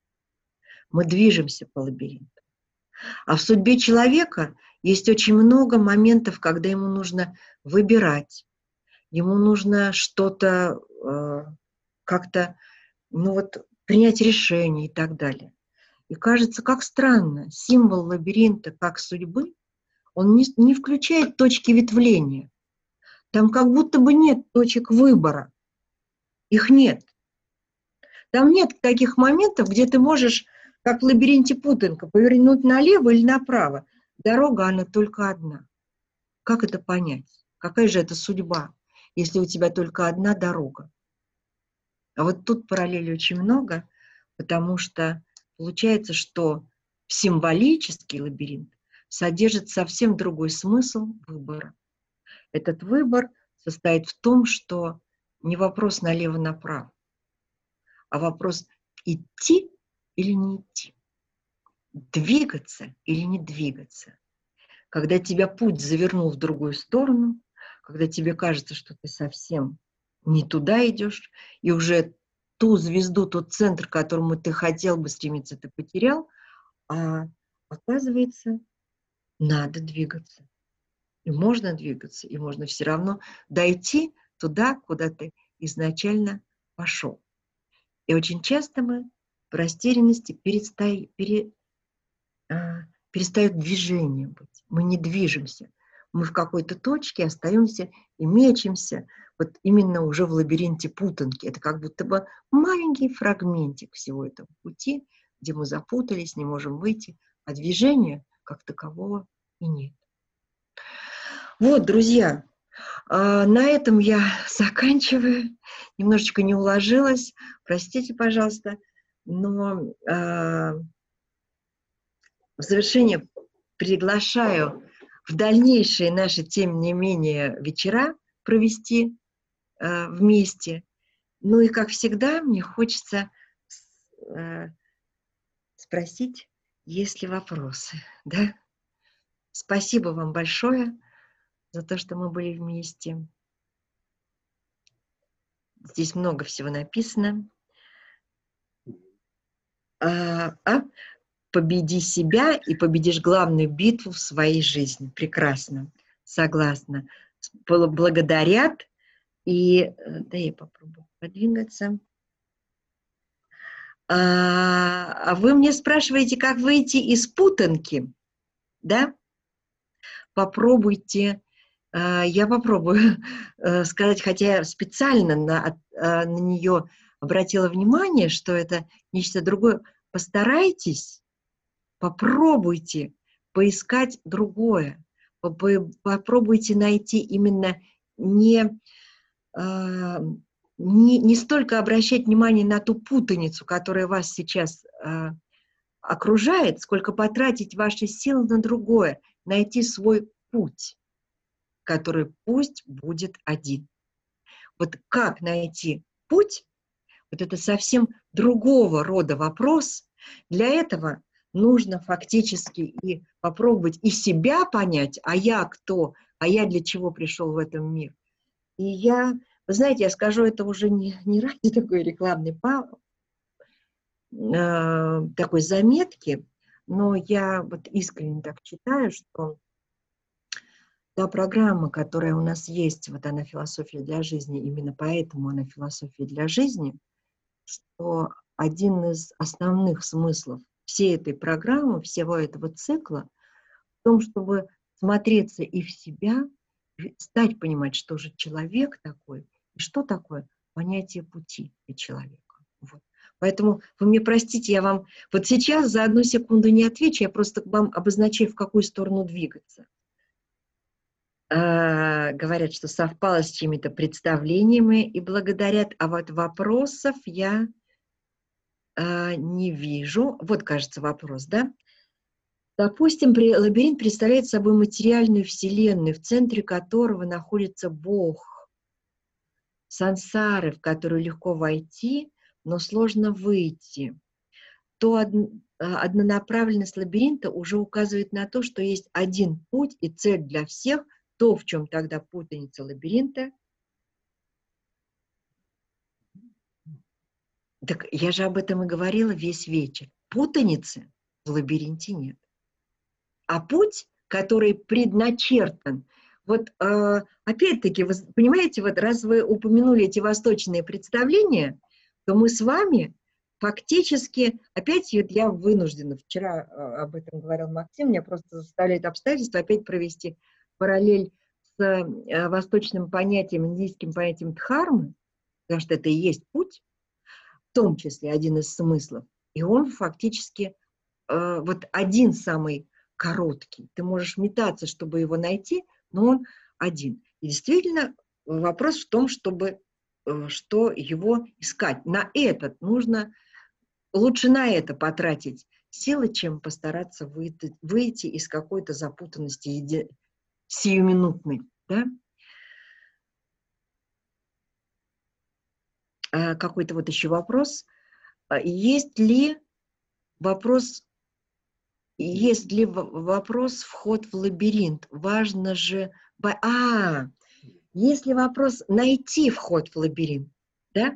Мы движемся по лабиринту. А в судьбе человека есть очень много моментов, когда ему нужно выбирать, ему нужно что-то э, как-то, ну вот, принять решение и так далее. И кажется, как странно, символ лабиринта, как судьбы, он не, не включает точки ветвления. Там как будто бы нет точек выбора. Их нет. Там нет таких моментов, где ты можешь, как в лабиринте путанка, повернуть налево или направо. Дорога, она только одна. Как это понять? Какая же это судьба, если у тебя только одна дорога? А вот тут параллелей очень много, потому что получается, что символический лабиринт содержит совсем другой смысл выбора. Этот выбор состоит в том, что не вопрос налево-направо, а вопрос идти или не идти, двигаться или не двигаться. Когда тебя путь завернул в другую сторону, когда тебе кажется, что ты совсем не туда идешь, и уже ту звезду, тот центр, к которому ты хотел бы стремиться, ты потерял, а оказывается, надо двигаться. И можно двигаться, и можно все равно дойти туда, куда ты изначально пошел. И очень часто мы в растерянности перестаем, пере, а, перестают движение быть. Мы не движемся. Мы в какой-то точке остаемся и мечемся, вот именно уже в лабиринте путанки. Это как будто бы маленький фрагментик всего этого пути, где мы запутались, не можем выйти, а движения как такового и нет. Вот, друзья, на этом я заканчиваю. Немножечко не уложилась, простите, пожалуйста, но в завершение приглашаю в дальнейшие наши, тем не менее, вечера провести вместе. Ну и, как всегда, мне хочется спросить, есть ли вопросы, да? Спасибо вам большое за то, что мы были вместе. здесь много всего написано. А, а? Победи себя и победишь главную битву в своей жизни. Прекрасно. Согласна. Благодарят. И да, я попробую подвигаться. А вы мне спрашиваете, как выйти из путанки, да? Попробуйте, я попробую сказать, хотя я специально на, на нее обратила внимание, что это нечто другое. Постарайтесь, попробуйте поискать другое, попробуйте найти именно не... Не, не столько обращать внимание на ту путаницу, которая вас сейчас э, окружает, сколько потратить ваши силы на другое, найти свой путь, который пусть будет один. Вот как найти путь, вот это совсем другого рода вопрос. Для этого нужно фактически и попробовать и себя понять, а я кто, а я для чего пришел в этом мир. И я... Вы знаете, я скажу это уже не, не ради такой рекламной э, такой заметки, но я вот искренне так считаю, что та программа, которая у нас есть, вот она «Философия для жизни», именно поэтому она «Философия для жизни», что один из основных смыслов всей этой программы, всего этого цикла в том, чтобы смотреться и в себя, стать понимать, что же человек такой, и что такое понятие пути для человека. Вот. Поэтому вы мне простите, я вам вот сейчас за одну секунду не отвечу, я просто вам обозначаю, в какую сторону двигаться. А, говорят, что совпало с чьими-то представлениями и благодарят, а вот вопросов я а, не вижу. Вот, кажется, вопрос, да? Допустим, лабиринт представляет собой материальную вселенную, в центре которого находится Бог, сансары, в которую легко войти, но сложно выйти. То однонаправленность лабиринта уже указывает на то, что есть один путь и цель для всех, то, в чем тогда путаница лабиринта. Так я же об этом и говорила весь вечер. Путаницы в лабиринте нет. А путь, который предначертан, вот э, опять-таки, вы понимаете, вот раз вы упомянули эти восточные представления, то мы с вами фактически, опять я вынуждена, вчера об этом говорил Максим, меня просто заставляет обстоятельства опять провести параллель с э, восточным понятием, индийским понятием дхармы, потому что это и есть путь, в том числе один из смыслов, и он фактически э, вот один самый короткий. Ты можешь метаться, чтобы его найти, но он один. И действительно, вопрос в том, чтобы что его искать. На этот нужно, лучше на это потратить силы, чем постараться выйти, выйти из какой-то запутанности еди, сиюминутной. Да? А, какой-то вот еще вопрос. Есть ли вопрос Есть ли вопрос вход в лабиринт? Важно же... А, если вопрос найти вход в лабиринт, да?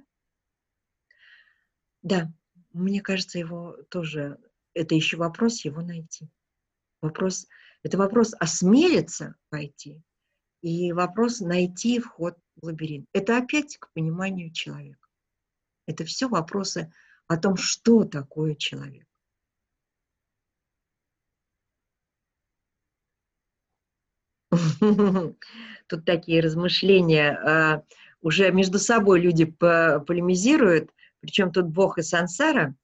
Да, мне кажется, его тоже... Это еще вопрос его найти. Вопрос, это вопрос осмелиться пойти и вопрос найти вход в лабиринт. Это опять к пониманию человека. Это все вопросы о том, что такое человек. Тут такие размышления. Уже между собой люди полемизируют, причем тут Бог и сансара.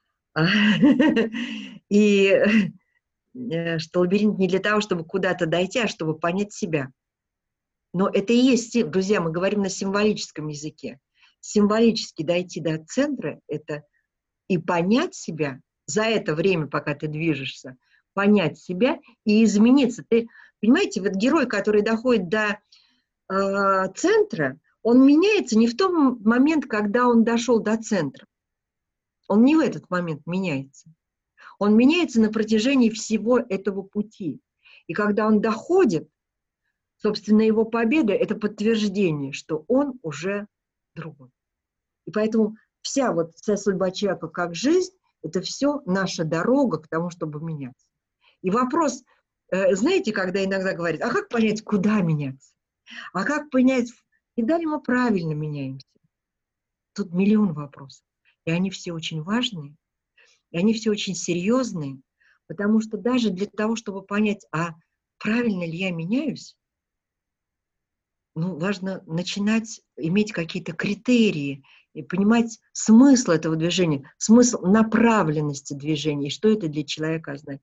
И что лабиринт не для того, чтобы куда-то дойти, а чтобы понять себя. Но это и есть, друзья, мы говорим на символическом языке. Символически дойти до центра – это и понять себя за это время, пока ты движешься, понять себя и измениться. Ты понимаете, вот герой, который доходит до э, центра, он меняется не в тот момент, когда он дошел до центра. Он не в этот момент меняется. Он меняется на протяжении всего этого пути. И когда он доходит, собственно, его победа – это подтверждение, что он уже другой. И поэтому вся вот вся судьба человека как жизнь, это все наша дорога к тому, чтобы меняться. И вопрос, знаете, когда иногда говорят, а как понять, куда меняться? А как понять, всегда ли мы правильно меняемся? Тут миллион вопросов. И они все очень важные, и они все очень серьезные, потому что даже для того, чтобы понять, а правильно ли я меняюсь, ну, важно начинать иметь какие-то критерии и понимать смысл этого движения, смысл направленности движения, и что это для человека означает.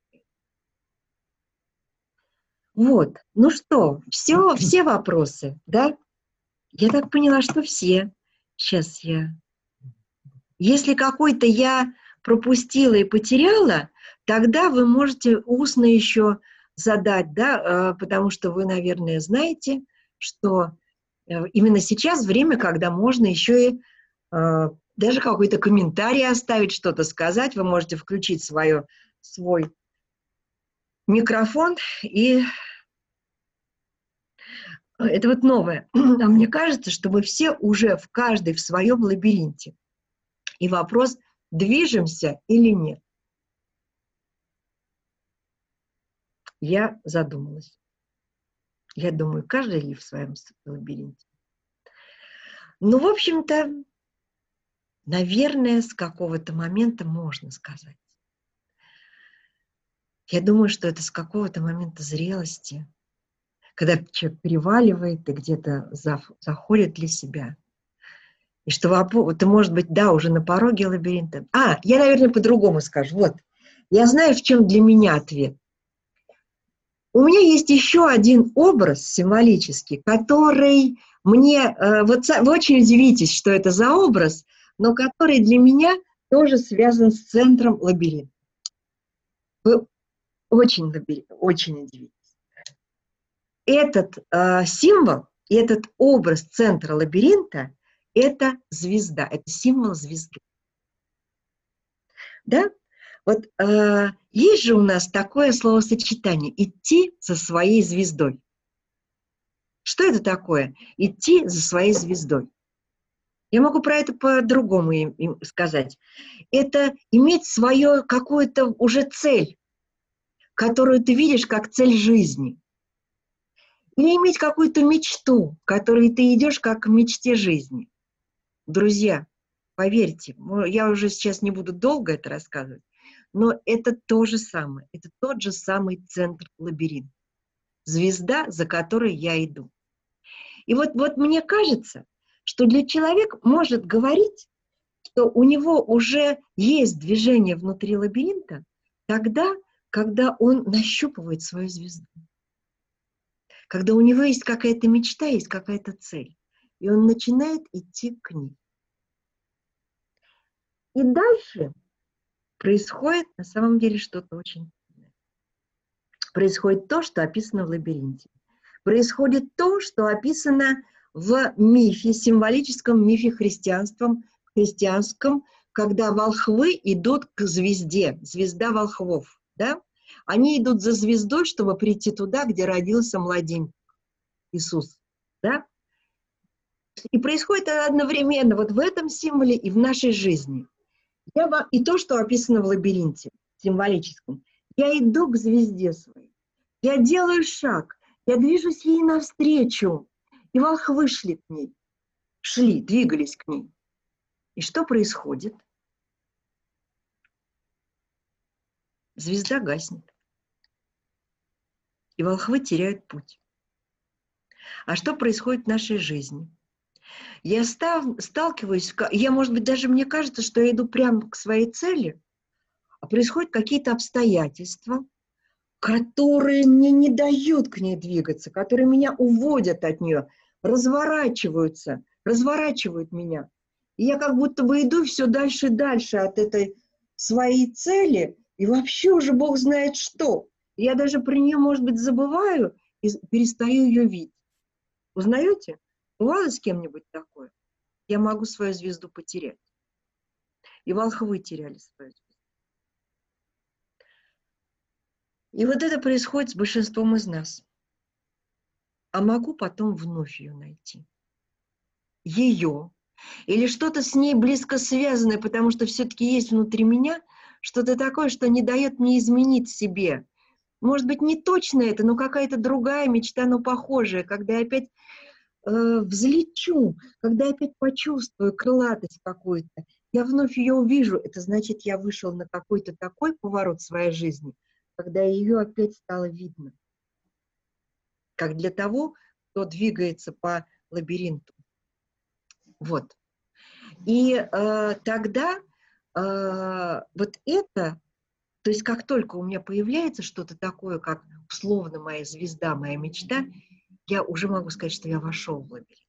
Вот, ну что, все, все вопросы, да? Я так поняла, что все. Сейчас я... Если какой-то я пропустила и потеряла, тогда вы можете устно еще задать, да, потому что вы, наверное, знаете, что именно сейчас время, когда можно еще и даже какой-то комментарий оставить, что-то сказать, вы можете включить свое, свой микрофон, и это вот новое. А мне кажется, что мы все уже в каждый в своем лабиринте. И вопрос, движемся или нет. Я задумалась. Я думаю, каждый ли в своем лабиринте. Ну, в общем-то, наверное, с какого-то момента можно сказать. Я думаю, что это с какого-то момента зрелости, когда человек переваливает и где-то заходит для себя. И что ты, может быть, да, уже на пороге лабиринта. А, я, наверное, по-другому скажу. Вот, я знаю, в чем для меня ответ. У меня есть еще один образ символический, который мне... Вот вы очень удивитесь, что это за образ, но который для меня тоже связан с центром лабиринта. Вы очень, очень удивитесь. Этот э, символ, этот образ центра лабиринта – это звезда, это символ звезды. Да? Вот э, есть же у нас такое словосочетание «идти за своей звездой». Что это такое? Идти за своей звездой. Я могу про это по-другому им, им сказать. Это иметь свою какую-то уже цель, которую ты видишь как цель жизни. Или иметь какую-то мечту, к которой ты идешь как к мечте жизни. Друзья, поверьте, я уже сейчас не буду долго это рассказывать, но это то же самое. Это тот же самый центр лабиринта. Звезда, за которой я иду. И вот, вот мне кажется, что для человека может говорить, что у него уже есть движение внутри лабиринта, тогда, когда он нащупывает свою звезду. Когда у него есть какая-то мечта, есть какая-то цель. И он начинает идти к ней. И дальше происходит на самом деле что-то очень сильное. Происходит то, что описано в лабиринте. Происходит то, что описано в мифе, символическом мифе христианством, христианском, когда волхвы идут к звезде, звезда волхвов, да? Они идут за звездой, чтобы прийти туда, где родился младенец Иисус, да? И происходит одновременно вот в этом символе и в нашей жизни. Я, и то, что описано в лабиринте символическом. Я иду к звезде своей, я делаю шаг, я движусь ей навстречу, и волхвы шли к ней, шли, двигались к ней. И что происходит? Звезда гаснет, и волхвы теряют путь. А что происходит в нашей жизни? Я став, сталкиваюсь, я, может быть, даже мне кажется, что я иду прямо к своей цели, а происходят какие-то обстоятельства, которые мне не дают к ней двигаться, которые меня уводят от нее, разворачиваются, разворачивают меня. И я как будто бы иду все дальше и дальше от этой своей цели, и вообще уже Бог знает что. Я даже про нее, может быть, забываю и перестаю ее видеть. Узнаете? Бывало с кем-нибудь такое? Я могу свою звезду потерять. И волхвы теряли свою звезду. И вот это происходит с большинством из нас. А могу потом вновь ее найти. Ее, Или что-то с ней близко связанное, потому что все-таки есть внутри меня что-то такое, что не дает мне изменить себе. Может быть, не точно это, но какая-то другая мечта, но похожая, когда я опять э, взлечу, когда я опять почувствую крылатость какую-то, я вновь ее увижу, это значит, я вышел на какой-то такой поворот своей жизни, когда ее опять стало видно. Как для того, кто двигается по лабиринту. Вот. И э, тогда э, вот это, то есть как только у меня появляется что-то такое, как условно моя звезда, моя мечта, я уже могу сказать, что я вошел в лабиринт.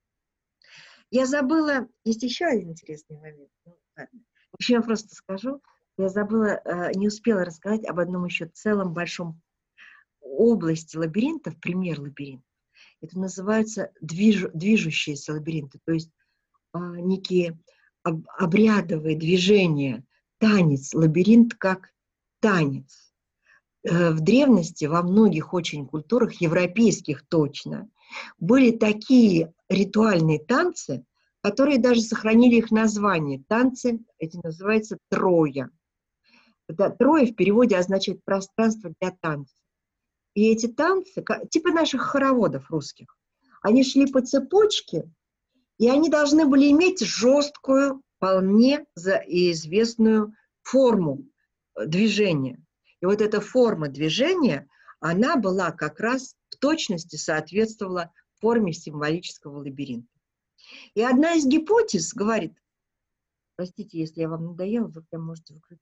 Я забыла, есть еще один интересный момент. Ну, ладно. В общем, я просто скажу, я забыла, э, не успела рассказать об одном еще целом большом области лабиринтов, пример лабиринта. Это называется движ, движущиеся лабиринты, то есть э, некие об, обрядовые движения, танец, лабиринт как танец. Э, в древности, во многих очень культурах, европейских точно, были такие ритуальные танцы, которые даже сохранили их название. Танцы эти называются Троя. Это Троя в переводе означает пространство для танца. И эти танцы, типа наших хороводов русских, они шли по цепочке, и они должны были иметь жесткую, вполне известную форму движения. И вот эта форма движения, она была как раз в точности соответствовала форме символического лабиринта. И одна из гипотез говорит, простите, если я вам надоела, вы прям можете выкрутить.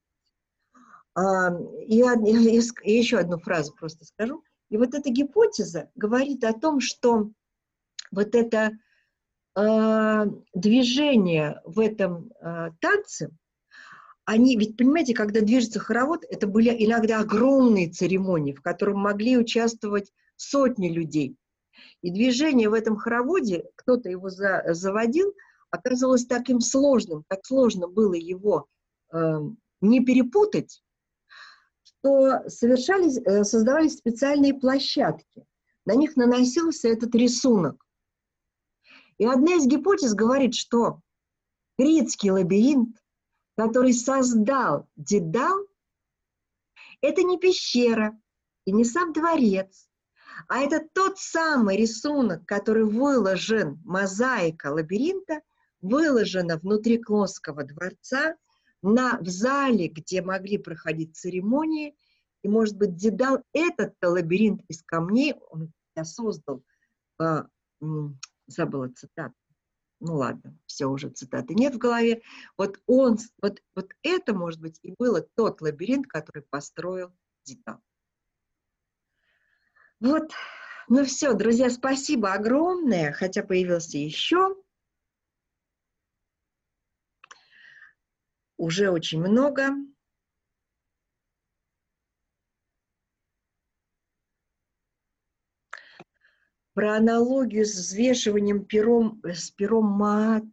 А, и, и, и еще одну фразу просто скажу. И вот эта гипотеза говорит о том, что вот это э, движение в этом э, танце, они, ведь понимаете, когда движется хоровод, это были иногда огромные церемонии, в которых могли участвовать сотни людей. И движение в этом хороводе, кто-то его за, заводил, оказалось таким сложным, так сложно было его э, не перепутать, что совершались, э, создавались специальные площадки. На них наносился этот рисунок. И одна из гипотез говорит, что критский лабиринт, который создал Дедал, это не пещера и не сам дворец, а это тот самый рисунок, который выложен, мозаика лабиринта, выложена внутри Клонского дворца, на, в зале, где могли проходить церемонии. И, может быть, Дедал этот лабиринт из камней, он я создал, э, забыла цитату, ну ладно, все уже цитаты нет в голове. Вот он, вот, вот это, может быть, и было тот лабиринт, который построил Дедал. Вот, ну все, друзья, спасибо огромное, хотя появился еще. Уже очень много. Про аналогию с взвешиванием пером, с пером Маат.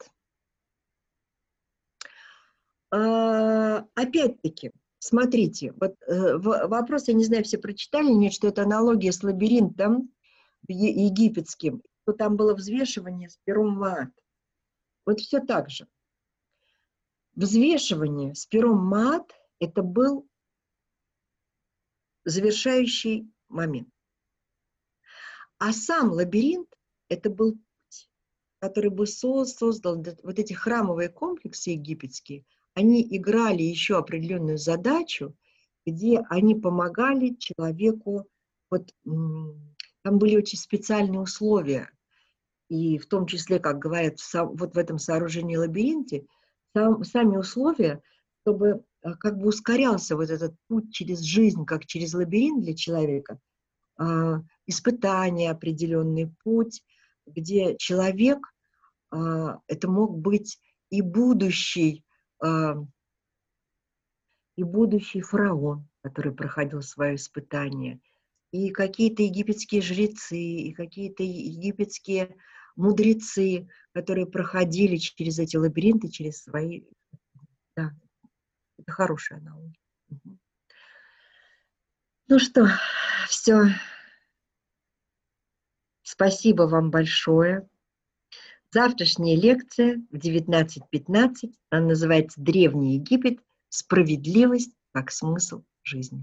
А, опять-таки, смотрите, вот э, вопрос, я не знаю, все прочитали, нет, что это аналогия с лабиринтом египетским, что там было взвешивание с пером Маат. Вот все так же. Взвешивание с пером Маат – это был завершающий момент. А сам лабиринт – это был путь, который бы создал вот эти храмовые комплексы египетские. Они играли еще определенную задачу, где они помогали человеку. Вот, там были очень специальные условия. И в том числе, как говорят, вот в этом сооружении лабиринте, сам, сами условия, чтобы как бы ускорялся вот этот путь через жизнь, как через лабиринт для человека, испытания, определенный путь, где человек, это мог быть и будущий, и будущий фараон, который проходил свое испытание, и какие-то египетские жрецы, и какие-то египетские мудрецы, которые проходили через эти лабиринты, через свои... Да, это хорошая наука. Ну что, все. Спасибо вам большое. Завтрашняя лекция в девятнадцать пятнадцать. Она называется «Древний Египет. Справедливость как смысл жизни».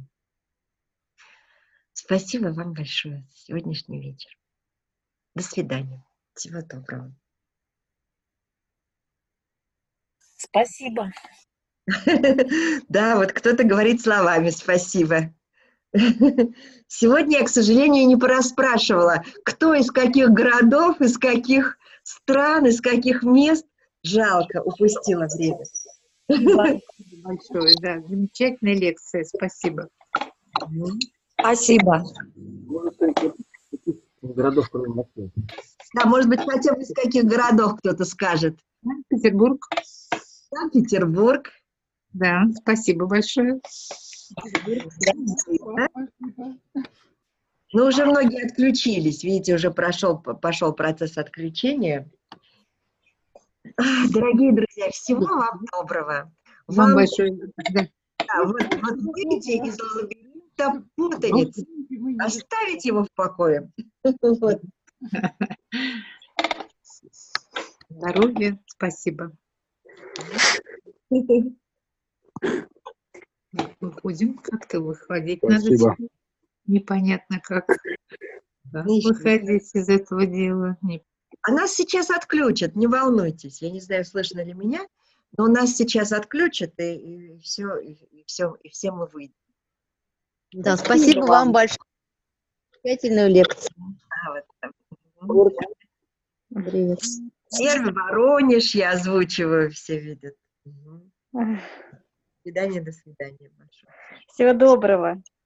Спасибо вам большое за сегодняшний вечер. До свидания. Всего доброго. Спасибо. Да, вот кто-то говорит словами «спасибо». Сегодня я, к сожалению, не порасспрашивала, кто из каких городов, из каких стран, из каких мест. Жалко, упустила время. Спасибо большое, да, замечательная лекция, спасибо. Спасибо. Городов, кроме Москвы. Да, может быть, хотя бы из каких городов кто-то скажет. Санкт-Петербург. Санкт-Петербург. Да, спасибо большое. Ну, уже многие отключились. Видите, уже прошел, пошел процесс отключения. Дорогие друзья, всего вам доброго. Вам, вам большое. Да. Да, вот, вот видите, из лабиринта путаницы. Оставить его в покое. Вот. Здоровья, спасибо. Выходим, как-то выходить Спасибо. надо. Непонятно как. Да, выходить из этого дела. А нас сейчас отключат, не волнуйтесь. Я не знаю, слышно ли меня, но нас сейчас отключат, и, и все, и, и все, и все мы выйдем. Да, спасибо вам большое за замечательную лекцию. А, вот там. Привет. Первый Воронеж я озвучиваю, все видят. До свидания, до свидания. Всего доброго.